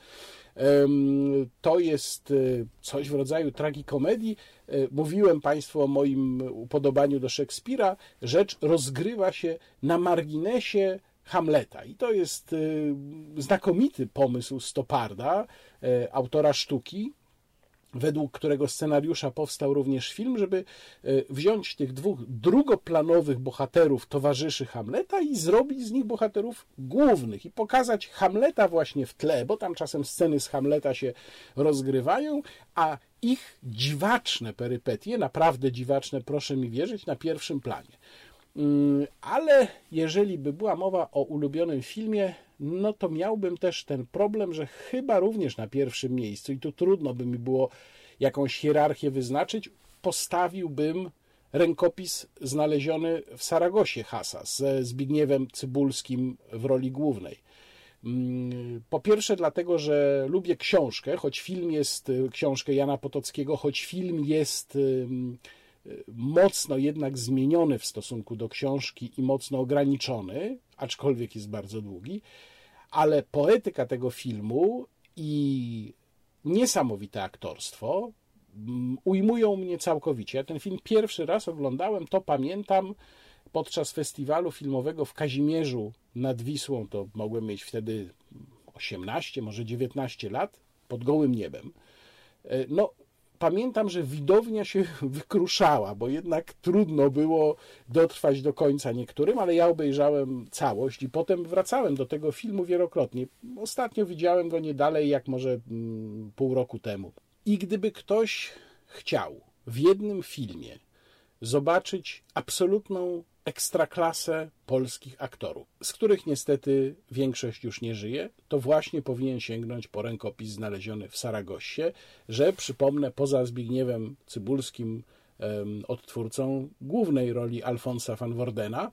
To jest coś w rodzaju tragikomedii. Mówiłem Państwu o moim upodobaniu do Szekspira. Rzecz rozgrywa się na marginesie Hamleta. I to jest znakomity pomysł Stopparda, autora sztuki, według którego scenariusza powstał również film, żeby wziąć tych dwóch drugoplanowych bohaterów, towarzyszy Hamleta i zrobić z nich bohaterów głównych i pokazać Hamleta właśnie w tle, bo tam czasem sceny z Hamleta się rozgrywają, a ich dziwaczne perypetie, naprawdę dziwaczne, proszę mi wierzyć, na pierwszym planie. Ale jeżeli by była mowa o ulubionym filmie, no to miałbym też ten problem, że chyba również na pierwszym miejscu, i tu trudno by mi było jakąś hierarchię wyznaczyć, postawiłbym Rękopis znaleziony w Saragosie Hasa ze Zbigniewem Cybulskim w roli głównej. Po pierwsze dlatego, że lubię książkę, książkę Jana Potockiego, choć film jest mocno jednak zmieniony w stosunku do książki i mocno ograniczony, aczkolwiek jest bardzo długi, ale poetyka tego filmu i niesamowite aktorstwo ujmują mnie całkowicie. Ja ten film pierwszy raz oglądałem, to pamiętam, podczas festiwalu filmowego w Kazimierzu nad Wisłą, to mogłem mieć wtedy 18, może 19 lat, pod gołym niebem. No, pamiętam, że widownia się wykruszała, bo jednak trudno było dotrwać do końca niektórym, ale ja obejrzałem całość i potem wracałem do tego filmu wielokrotnie. Ostatnio widziałem go nie dalej jak może pół roku temu. I gdyby ktoś chciał w jednym filmie zobaczyć absolutną ekstraklasę polskich aktorów, z których niestety większość już nie żyje, to właśnie powinien sięgnąć po Rękopis znaleziony w Saragossie, że przypomnę, poza Zbigniewem Cybulskim, odtwórcą głównej roli Alfonsa van Wordena,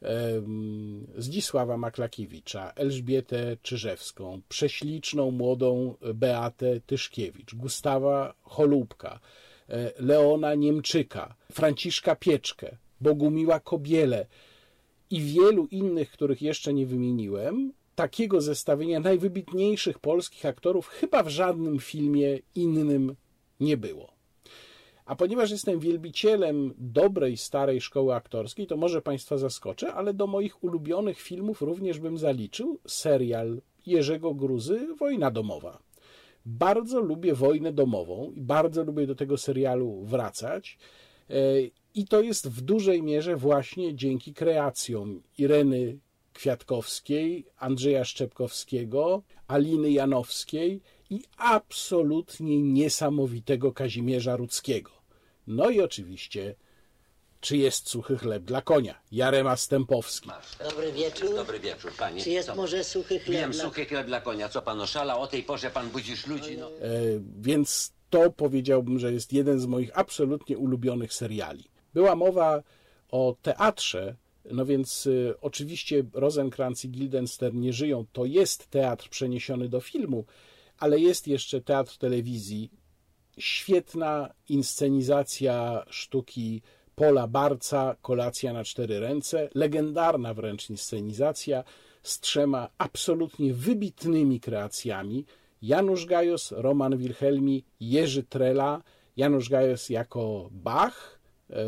Zdzisława Maklakiewicza, Elżbietę Czyżewską, prześliczną młodą Beatę Tyszkiewicz, Gustawa Holubka, Leona Niemczyka, Franciszka Pieczkę, Bogumiła Kobielę i wielu innych, których jeszcze nie wymieniłem, takiego zestawienia najwybitniejszych polskich aktorów chyba w żadnym filmie innym nie było. A ponieważ jestem wielbicielem dobrej, starej szkoły aktorskiej, to może Państwa zaskoczę, ale do moich ulubionych filmów również bym zaliczył serial Jerzego Gruzy Wojna domowa. Bardzo lubię wojnę domową i bardzo lubię do tego serialu wracać. I to jest w dużej mierze właśnie dzięki kreacjom Ireny Kwiatkowskiej, Andrzeja Szczepkowskiego, Aliny Janowskiej i absolutnie niesamowitego Kazimierza Rudzkiego. No i oczywiście, czy jest suchy chleb dla konia? Jarema Stępowski. Dobry wieczór. Dobry wieczór, panie. Czy jest może suchy chleb? Wiem, suchy chleb dla konia. Co pan oszalał? O tej porze pan budzisz ludzi. No. Więc to powiedziałbym, że jest jeden z moich absolutnie ulubionych seriali. Była mowa o teatrze, no więc oczywiście Rosencrantz i Guildenstern nie żyją. To jest teatr przeniesiony do filmu, ale jest jeszcze teatr telewizji. Świetna inscenizacja sztuki Pola Barca, Kolacja na 4 ręce. Legendarna wręcz inscenizacja z 3 absolutnie wybitnymi kreacjami. Janusz Gajos, Roman Wilhelmi, Jerzy Trela. Janusz Gajos jako Bach,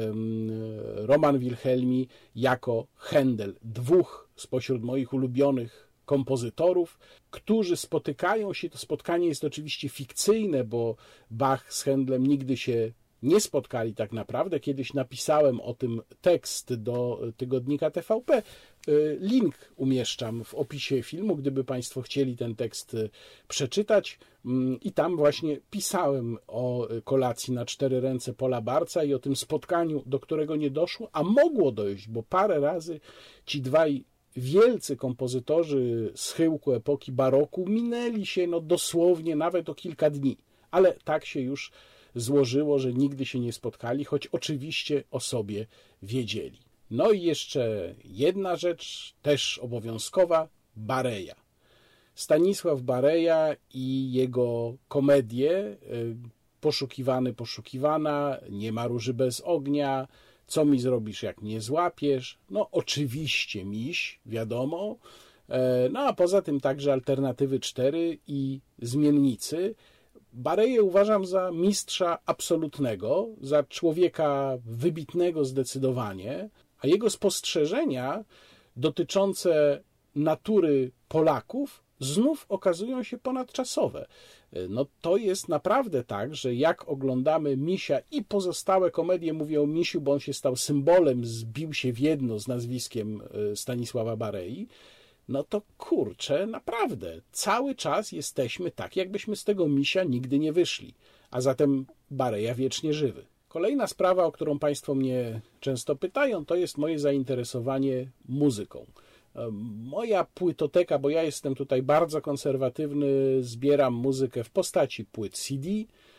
Roman Wilhelmi jako Händel. 2 spośród moich ulubionych kompozytorów, którzy spotykają się. To spotkanie jest oczywiście fikcyjne, bo Bach z Händlem nigdy się nie spotkali tak naprawdę. Kiedyś napisałem o tym tekst do tygodnika TVP. Link umieszczam w opisie filmu, gdyby Państwo chcieli ten tekst przeczytać. I tam właśnie pisałem o kolacji na 4 ręce Paula Bartza i o tym spotkaniu, do którego nie doszło, a mogło dojść, bo parę razy ci dwaj wielcy kompozytorzy schyłku epoki baroku minęli się dosłownie nawet o kilka dni. Ale tak się już złożyło, że nigdy się nie spotkali, choć oczywiście o sobie wiedzieli. No i jeszcze jedna rzecz, też obowiązkowa, Bareja. Stanisław Bareja i jego komedie Poszukiwany, poszukiwana, Nie ma róży bez ognia, Co mi zrobisz, jak mnie złapiesz? No oczywiście Miś, wiadomo. No a poza tym także Alternatywy 4 i Zmiennicy. Bareję uważam za mistrza absolutnego, za człowieka wybitnego zdecydowanie, a jego spostrzeżenia dotyczące natury Polaków znów okazują się ponadczasowe. No to jest naprawdę tak, że jak oglądamy Misia i pozostałe komedie, mówię o Misiu, bo on się stał symbolem, zbił się w jedno z nazwiskiem Stanisława Barei, no to kurczę, naprawdę, cały czas jesteśmy tak, jakbyśmy z tego Misia nigdy nie wyszli. A zatem Bareja wiecznie żywy. Kolejna sprawa, o którą Państwo mnie często pytają, to jest moje zainteresowanie muzyką. Moja płytoteka, bo ja jestem tutaj bardzo konserwatywny, zbieram muzykę w postaci płyt CD.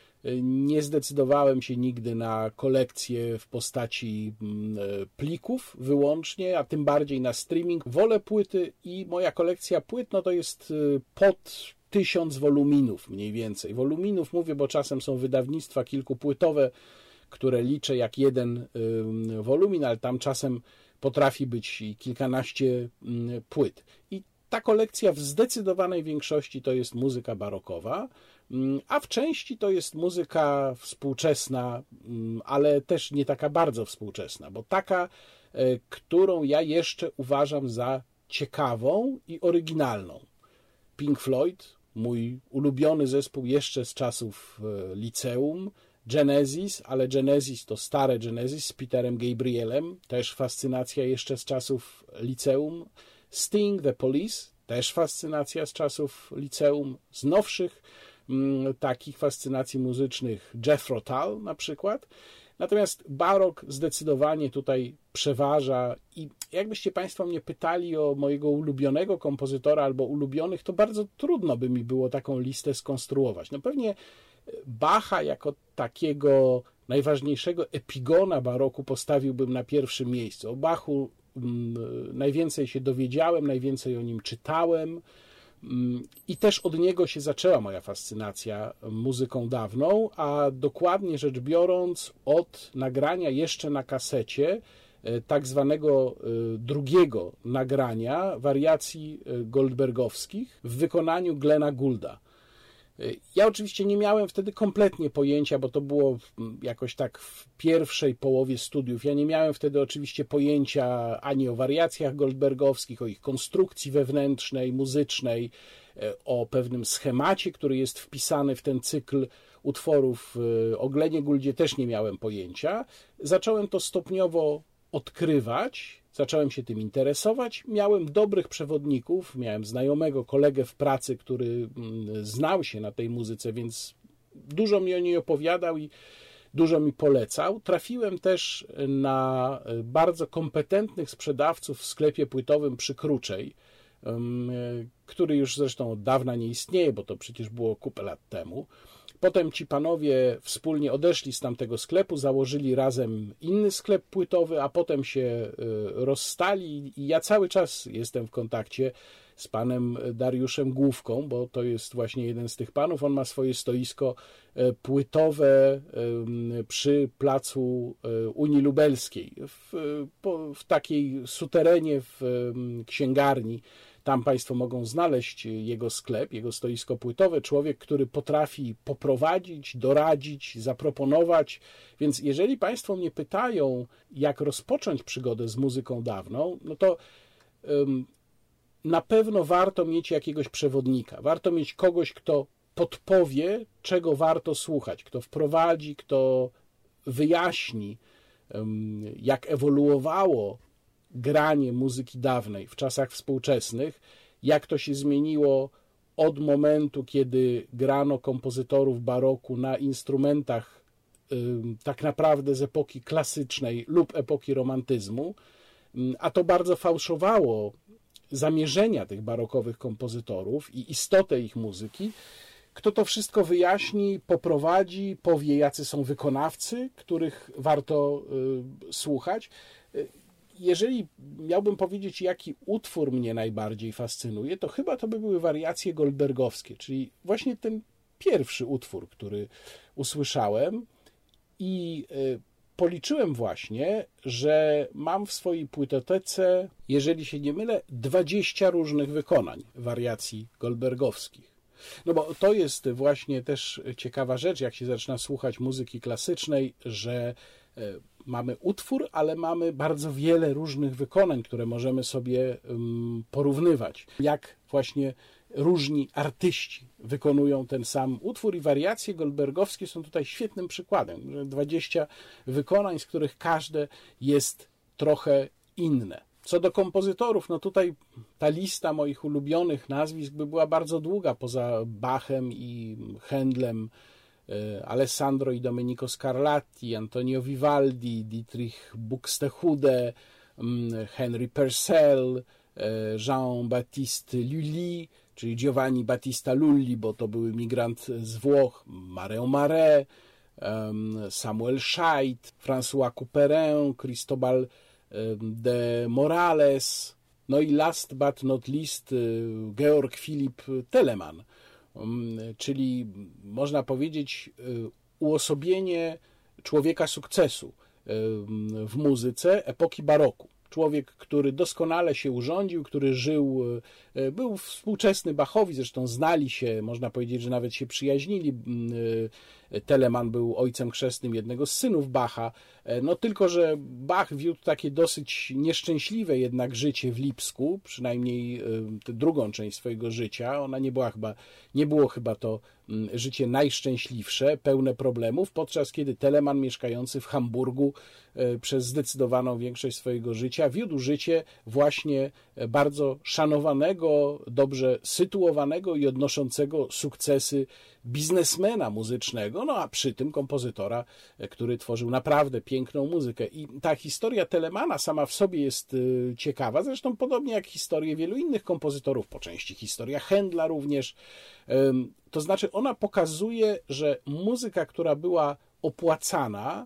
Nie zdecydowałem się nigdy na kolekcję w postaci plików wyłącznie, a tym bardziej na streaming. Wolę płyty i moja kolekcja płyt to jest pod 1000 woluminów mniej więcej. Woluminów mówię, bo czasem są wydawnictwa kilkupłytowe, które liczę jak jeden wolumin, ale tam czasem potrafi być i kilkanaście płyt. I ta kolekcja w zdecydowanej większości to jest muzyka barokowa, a w części to jest muzyka współczesna, ale też nie taka bardzo współczesna, bo taka, którą ja jeszcze uważam za ciekawą i oryginalną. Pink Floyd, mój ulubiony zespół jeszcze z czasów liceum, Genesis, ale Genesis to stare Genesis z Peterem Gabrielem, też fascynacja jeszcze z czasów liceum. Sting, The Police, też fascynacja z czasów liceum. Z nowszych takich fascynacji muzycznych Jethro Tull na przykład. Natomiast barok zdecydowanie tutaj przeważa i jakbyście Państwo mnie pytali o mojego ulubionego kompozytora albo ulubionych, to bardzo trudno by mi było taką listę skonstruować. No pewnie Bacha jako takiego najważniejszego epigona baroku postawiłbym na pierwszym miejscu. O Bachu najwięcej się dowiedziałem, najwięcej o nim czytałem i też od niego się zaczęła moja fascynacja muzyką dawną, a dokładnie rzecz biorąc od nagrania jeszcze na kasecie tak zwanego drugiego nagrania wariacji goldbergowskich w wykonaniu Glena Goulda. Ja oczywiście nie miałem wtedy kompletnie pojęcia, bo to było jakoś tak w pierwszej połowie studiów. Ja nie miałem wtedy oczywiście pojęcia ani o wariacjach goldbergowskich, o ich konstrukcji wewnętrznej, muzycznej, o pewnym schemacie, który jest wpisany w ten cykl utworów. O Glenie Gouldzie też nie miałem pojęcia. Zacząłem to stopniowo odkrywać, zacząłem się tym interesować. Miałem dobrych przewodników, miałem znajomego, kolegę w pracy, który znał się na tej muzyce, więc dużo mi o niej opowiadał i dużo mi polecał. Trafiłem też na bardzo kompetentnych sprzedawców w sklepie płytowym przy Kruczej, który już zresztą od dawna nie istnieje, bo to przecież było kupę lat temu. Potem ci panowie wspólnie odeszli z tamtego sklepu, założyli razem inny sklep płytowy, a potem się rozstali i ja cały czas jestem w kontakcie z panem Dariuszem Główką, bo to jest właśnie jeden z tych panów. On ma swoje stoisko płytowe przy placu Unii Lubelskiej, w takiej suterenie w księgarni. Tam Państwo mogą znaleźć jego sklep, jego stoisko płytowe. Człowiek, który potrafi poprowadzić, doradzić, zaproponować. Więc jeżeli Państwo mnie pytają, jak rozpocząć przygodę z muzyką dawną, no to na pewno warto mieć jakiegoś przewodnika. Warto mieć kogoś, kto podpowie, czego warto słuchać, kto wprowadzi, kto wyjaśni, jak ewoluowało granie muzyki dawnej w czasach współczesnych, jak to się zmieniło od momentu, kiedy grano kompozytorów baroku na instrumentach tak naprawdę z epoki klasycznej lub epoki romantyzmu, a to bardzo fałszowało zamierzenia tych barokowych kompozytorów i istotę ich muzyki. Kto to wszystko wyjaśni, poprowadzi, powie, jacy są wykonawcy, których warto słuchać. Jeżeli miałbym powiedzieć, jaki utwór mnie najbardziej fascynuje, to chyba to by były wariacje goldbergowskie, czyli właśnie ten pierwszy utwór, który usłyszałem i policzyłem właśnie, że mam w swojej płytotece, jeżeli się nie mylę, 20 różnych wykonań wariacji goldbergowskich. No bo to jest właśnie też ciekawa rzecz, jak się zaczyna słuchać muzyki klasycznej, że mamy utwór, ale mamy bardzo wiele różnych wykonań, które możemy sobie porównywać. Jak właśnie różni artyści wykonują ten sam utwór i wariacje goldbergowskie są tutaj świetnym przykładem. 20 wykonań, z których każde jest trochę inne. Co do kompozytorów, no tutaj ta lista moich ulubionych nazwisk by była bardzo długa, poza Bachem i Händlem, Alessandro i Domenico Scarlatti, Antonio Vivaldi, Dietrich Buxtehude, Henry Purcell, Jean-Baptiste Lully, czyli Giovanni Battista Lully, bo to był imigrant z Włoch, Mario Marais, Samuel Scheidt, François Couperin, Cristobal de Morales, no i last but not least Georg Philipp Telemann, czyli można powiedzieć uosobienie człowieka sukcesu w muzyce epoki baroku. Człowiek, który doskonale się urządził, który żył, był współczesny Bachowi, zresztą znali się, można powiedzieć, że nawet się przyjaźnili. Telemann był ojcem chrzestnym jednego z synów Bacha, no tylko, że Bach wiódł takie dosyć nieszczęśliwe jednak życie w Lipsku, przynajmniej tę drugą część swojego życia. Ona nie było chyba to życie najszczęśliwsze, pełne problemów, podczas kiedy Telemann, mieszkający w Hamburgu przez zdecydowaną większość swojego życia, wiódł życie właśnie bardzo szanowanego, dobrze sytuowanego i odnoszącego sukcesy biznesmena muzycznego, no a przy tym kompozytora, który tworzył naprawdę piękną muzykę. I ta historia Telemanna sama w sobie jest ciekawa, zresztą podobnie jak historie wielu innych kompozytorów, po części historia Händla również. To znaczy ona pokazuje, że muzyka, która była opłacana,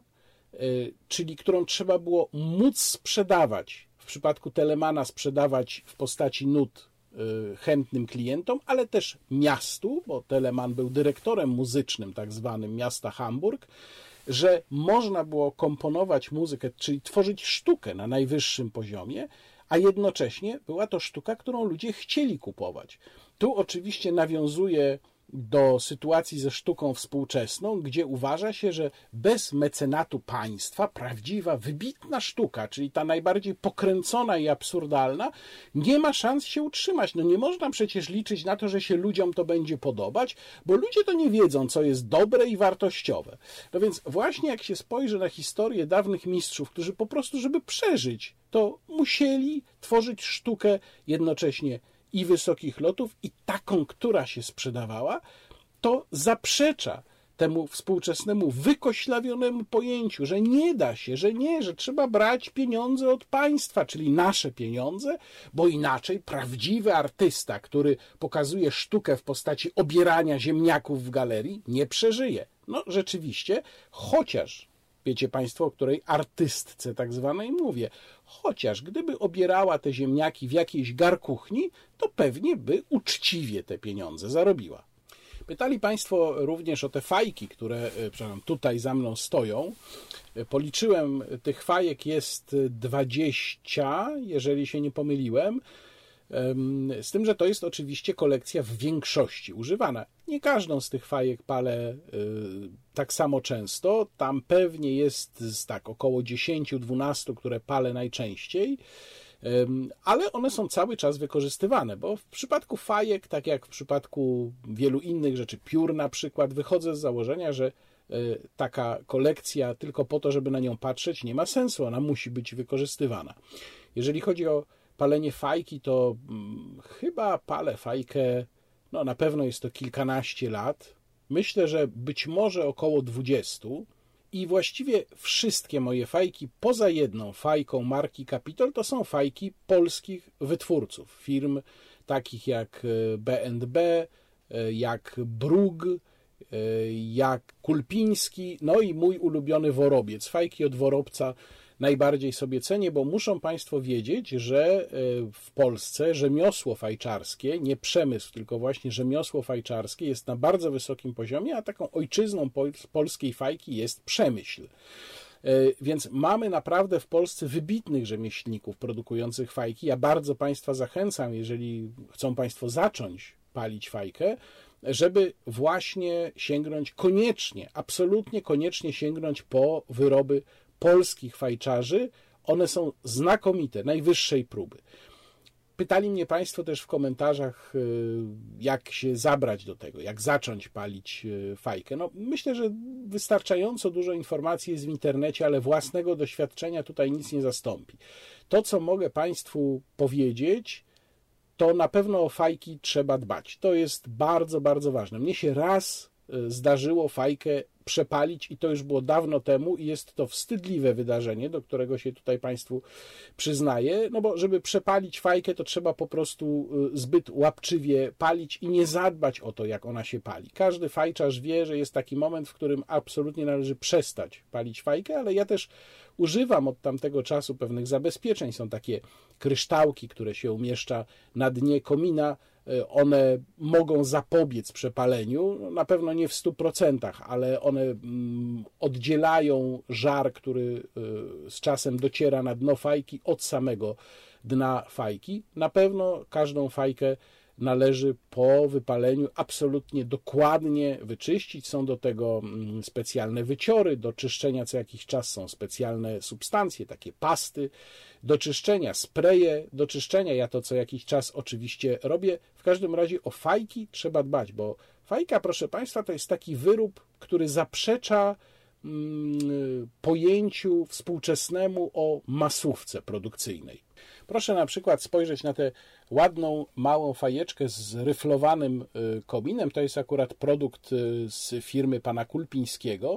czyli którą trzeba było móc sprzedawać, w przypadku Telemanna sprzedawać w postaci nut chętnym klientom, ale też miastu, bo Telemann był dyrektorem muzycznym tak zwanym miasta Hamburg, że można było komponować muzykę, czyli tworzyć sztukę na najwyższym poziomie, a jednocześnie była to sztuka, którą ludzie chcieli kupować. Tu oczywiście nawiązuje do sytuacji ze sztuką współczesną, gdzie uważa się, że bez mecenatu państwa prawdziwa, wybitna sztuka, czyli ta najbardziej pokręcona i absurdalna, nie ma szans się utrzymać. No nie można przecież liczyć na to, że się ludziom to będzie podobać, bo ludzie to nie wiedzą, co jest dobre i wartościowe. No więc właśnie jak się spojrzy na historię dawnych mistrzów, którzy po prostu, żeby przeżyć, to musieli tworzyć sztukę jednocześnie i wysokich lotów, i taką, która się sprzedawała, to zaprzecza temu współczesnemu wykoślawionemu pojęciu, że nie da się, że trzeba brać pieniądze od państwa, czyli nasze pieniądze, bo inaczej prawdziwy artysta, który pokazuje sztukę w postaci obierania ziemniaków w galerii, nie przeżyje. No rzeczywiście, chociaż wiecie Państwo, o której artystce tak zwanej mówię. Chociaż gdyby obierała te ziemniaki w jakiejś garkuchni, to pewnie by uczciwie te pieniądze zarobiła. Pytali Państwo również o te fajki, które tutaj za mną stoją. Policzyłem, tych fajek jest 20, jeżeli się nie pomyliłem. Z tym, że to jest oczywiście kolekcja w większości używana. Nie każdą z tych fajek palę tak samo często. Tam pewnie jest tak około 10-12, które palę najczęściej, ale one są cały czas wykorzystywane, bo w przypadku fajek, tak jak w przypadku wielu innych rzeczy, piór na przykład, wychodzę z założenia, że taka kolekcja tylko po to, żeby na nią patrzeć, nie ma sensu, ona musi być wykorzystywana. Jeżeli chodzi o palenie fajki, to chyba palę fajkę, no na pewno jest to kilkanaście lat. Myślę, że być może około 20 i właściwie wszystkie moje fajki, poza jedną fajką marki Capitol, to są fajki polskich wytwórców, firm takich jak B&B, jak Brug, jak Kulpiński, no i mój ulubiony Worobiec. Fajki od Worobca najbardziej sobie cenię, bo muszą Państwo wiedzieć, że w Polsce rzemiosło fajczarskie, nie przemysł, tylko właśnie rzemiosło fajczarskie jest na bardzo wysokim poziomie, a taką ojczyzną polskiej fajki jest Przemyśl. Więc mamy naprawdę w Polsce wybitnych rzemieślników produkujących fajki. Ja bardzo Państwa zachęcam, jeżeli chcą Państwo zacząć palić fajkę, żeby właśnie sięgnąć koniecznie, absolutnie koniecznie sięgnąć po wyroby polskich fajczarzy. One są znakomite, najwyższej próby. Pytali mnie Państwo też w komentarzach, jak się zabrać do tego, jak zacząć palić fajkę. No, myślę, że wystarczająco dużo informacji jest w internecie, ale własnego doświadczenia tutaj nic nie zastąpi. To, co mogę Państwu powiedzieć, to na pewno o fajki trzeba dbać. To jest bardzo, bardzo ważne. Mnie się raz zdarzyło fajkę przepalić i to już było dawno temu i jest to wstydliwe wydarzenie, do którego się tutaj Państwu przyznaję, no bo żeby przepalić fajkę, to trzeba po prostu zbyt łapczywie palić i nie zadbać o to, jak ona się pali. Każdy fajczarz wie, że jest taki moment, w którym absolutnie należy przestać palić fajkę, ale ja też używam od tamtego czasu pewnych zabezpieczeń. Są takie kryształki, które się umieszcza na dnie komina. One mogą zapobiec przepaleniu, na pewno nie w 100%, ale one oddzielają żar, który z czasem dociera na dno fajki od samego dna fajki. Na pewno każdą fajkę należy po wypaleniu absolutnie dokładnie wyczyścić. Są do tego specjalne wyciory, do czyszczenia co jakiś czas są specjalne substancje, takie pasty do czyszczenia, spreje do czyszczenia. Ja to co jakiś czas oczywiście robię. W każdym razie o fajki trzeba dbać, bo fajka, proszę Państwa, to jest taki wyrób, który zaprzecza pojęciu współczesnemu o masówce produkcyjnej. Proszę na przykład spojrzeć na tę ładną, małą fajeczkę z ryflowanym kominem. To jest akurat produkt z firmy pana Kulpińskiego.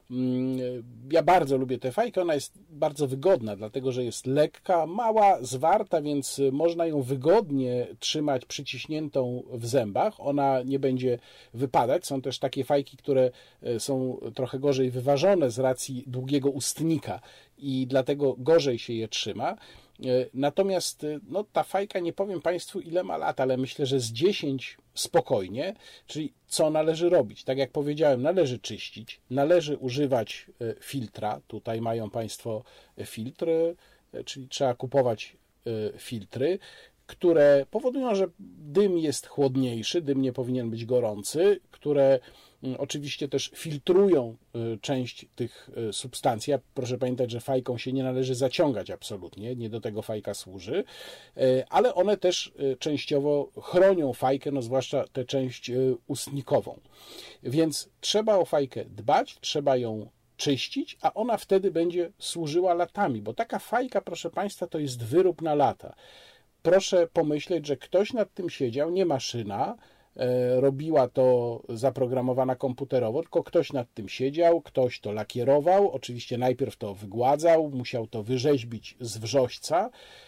Ja bardzo lubię tę fajkę, ona jest bardzo wygodna, dlatego że jest lekka, mała, zwarta, więc można ją wygodnie trzymać przyciśniętą w zębach. Ona nie będzie wypadać. Są też takie fajki, które są trochę gorzej wyważone z racji długiego ustnika i dlatego gorzej się je trzyma. Natomiast no, ta fajka, nie powiem Państwu ile ma lat, ale myślę, że z 10 spokojnie, czyli co należy robić? Tak jak powiedziałem, należy czyścić, należy używać filtra. Tutaj mają Państwo filtr, czyli trzeba kupować filtry, które powodują, że dym jest chłodniejszy, dym nie powinien być gorący, które oczywiście też filtrują część tych substancji. Proszę pamiętać, że fajką się nie należy zaciągać absolutnie, nie do tego fajka służy, ale one też częściowo chronią fajkę, no zwłaszcza tę część ustnikową. Więc trzeba o fajkę dbać, trzeba ją czyścić, a ona wtedy będzie służyła latami, bo taka fajka, proszę Państwa, to jest wyrób na lata. Proszę pomyśleć, że ktoś nad tym siedział, nie maszyna, robiła to zaprogramowana komputerowo, tylko ktoś nad tym siedział, ktoś to lakierował, oczywiście najpierw to wygładzał, musiał to wyrzeźbić z wrzośca.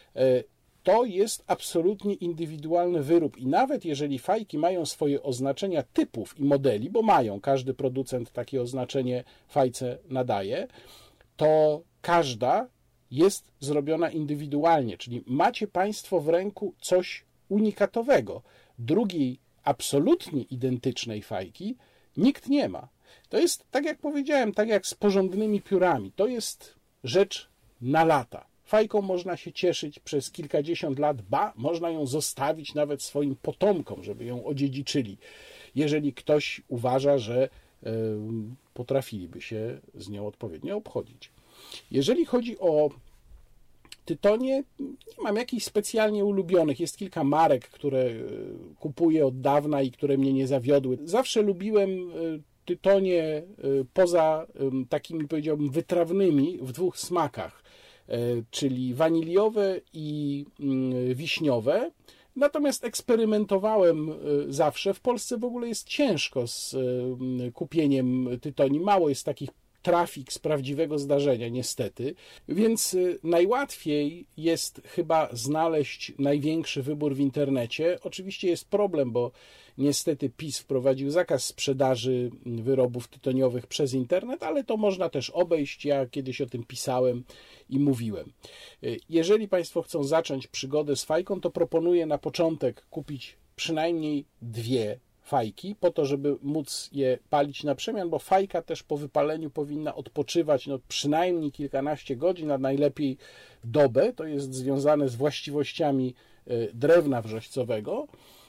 To jest absolutnie indywidualny wyrób i nawet jeżeli fajki mają swoje oznaczenia typów i modeli, bo mają, każdy producent takie oznaczenie fajce nadaje, to każda jest zrobiona indywidualnie, czyli macie Państwo w ręku coś unikatowego. Drugiej, absolutnie identycznej fajki nikt nie ma. To jest, tak jak powiedziałem, tak jak z porządnymi piórami. To jest rzecz na lata. Fajką można się cieszyć przez kilkadziesiąt lat, ba, można ją zostawić nawet swoim potomkom, żeby ją odziedziczyli, jeżeli ktoś uważa, że potrafiliby się z nią odpowiednio obchodzić. Jeżeli chodzi o tytonie, nie mam jakichś specjalnie ulubionych. Jest kilka marek, które kupuję od dawna i które mnie nie zawiodły. Zawsze lubiłem tytonie poza takimi, powiedziałbym, wytrawnymi w dwóch smakach, czyli waniliowe i wiśniowe. Natomiast eksperymentowałem zawsze. W Polsce w ogóle jest ciężko z kupieniem tytoni. Mało jest takich trafik z prawdziwego zdarzenia, niestety. Więc najłatwiej jest chyba znaleźć największy wybór w internecie. Oczywiście jest problem, bo niestety PiS wprowadził zakaz sprzedaży wyrobów tytoniowych przez internet, ale to można też obejść. Ja kiedyś o tym pisałem i mówiłem. Jeżeli Państwo chcą zacząć przygodę z fajką, to proponuję na początek kupić przynajmniej 2 fajki, po to, żeby móc je palić na przemian, bo fajka też po wypaleniu powinna odpoczywać przynajmniej kilkanaście godzin, a najlepiej dobę. To jest związane z właściwościami drewna wrzoścowego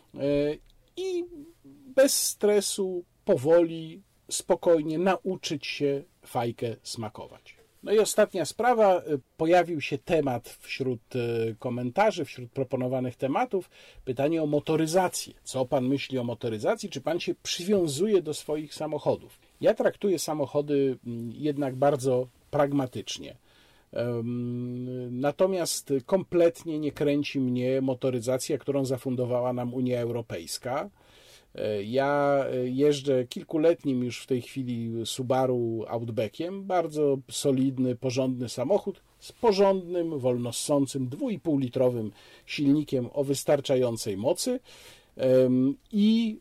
i bez stresu, powoli, spokojnie nauczyć się fajkę smakować. No i ostatnia sprawa, pojawił się temat wśród komentarzy, wśród proponowanych tematów, pytanie o motoryzację. Co pan myśli o motoryzacji? Czy pan się przywiązuje do swoich samochodów? Ja traktuję samochody jednak bardzo pragmatycznie. Natomiast kompletnie nie kręci mnie motoryzacja, którą zafundowała nam Unia Europejska. Ja jeżdżę kilkuletnim już w tej chwili Subaru Outbackiem, bardzo solidny, porządny samochód z porządnym, wolnossącym 2,5-litrowym silnikiem o wystarczającej mocy i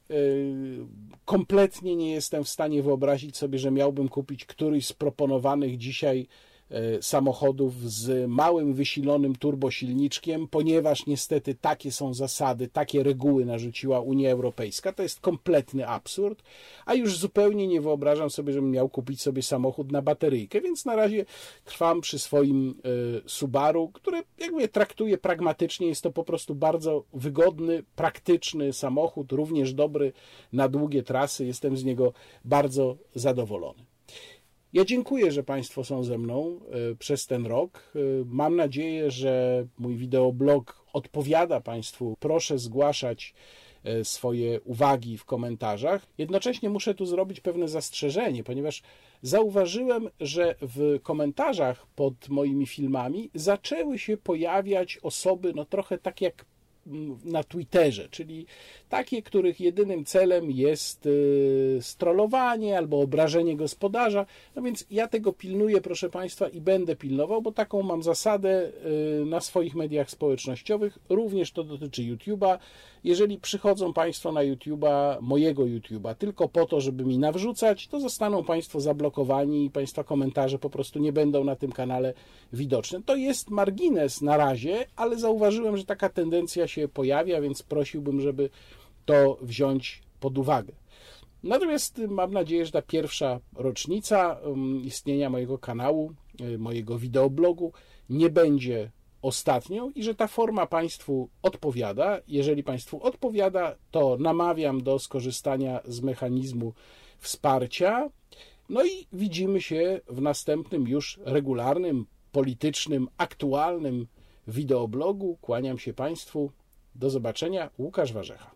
kompletnie nie jestem w stanie wyobrazić sobie, że miałbym kupić któryś z proponowanych dzisiaj samochodów z małym wysilonym turbosilniczkiem, ponieważ niestety takie są zasady, takie reguły narzuciła Unia Europejska. To jest kompletny absurd, a już zupełnie nie wyobrażam sobie, żebym miał kupić sobie samochód na bateryjkę, więc na razie trwam przy swoim Subaru, które jakby traktuję pragmatycznie. Jest to po prostu bardzo wygodny, praktyczny samochód, również dobry na długie trasy. Jestem z niego bardzo zadowolony. Ja dziękuję, że Państwo są ze mną przez ten rok. Mam nadzieję, że mój wideoblog odpowiada Państwu. Proszę zgłaszać swoje uwagi w komentarzach. Jednocześnie muszę tu zrobić pewne zastrzeżenie, ponieważ zauważyłem, że w komentarzach pod moimi filmami zaczęły się pojawiać osoby, trochę tak jak na Twitterze, czyli takie, których jedynym celem jest strollowanie albo obrażenie gospodarza. No więc ja tego pilnuję, proszę Państwa, i będę pilnował, bo taką mam zasadę na swoich mediach społecznościowych. Również to dotyczy YouTube'a. Jeżeli przychodzą Państwo na YouTube'a, mojego YouTube'a, tylko po to, żeby mi nawrzucać, to zostaną Państwo zablokowani i Państwa komentarze po prostu nie będą na tym kanale widoczne. To jest margines na razie, ale zauważyłem, że taka tendencja się pojawia, więc prosiłbym, żeby to wziąć pod uwagę. Natomiast mam nadzieję, że ta pierwsza rocznica istnienia mojego kanału, mojego wideoblogu nie będzie ostatnią i że ta forma Państwu odpowiada. Jeżeli Państwu odpowiada, to namawiam do skorzystania z mechanizmu wsparcia. No i widzimy się w następnym już regularnym, politycznym, aktualnym wideoblogu. Kłaniam się Państwu. Do zobaczenia. Łukasz Warzecha.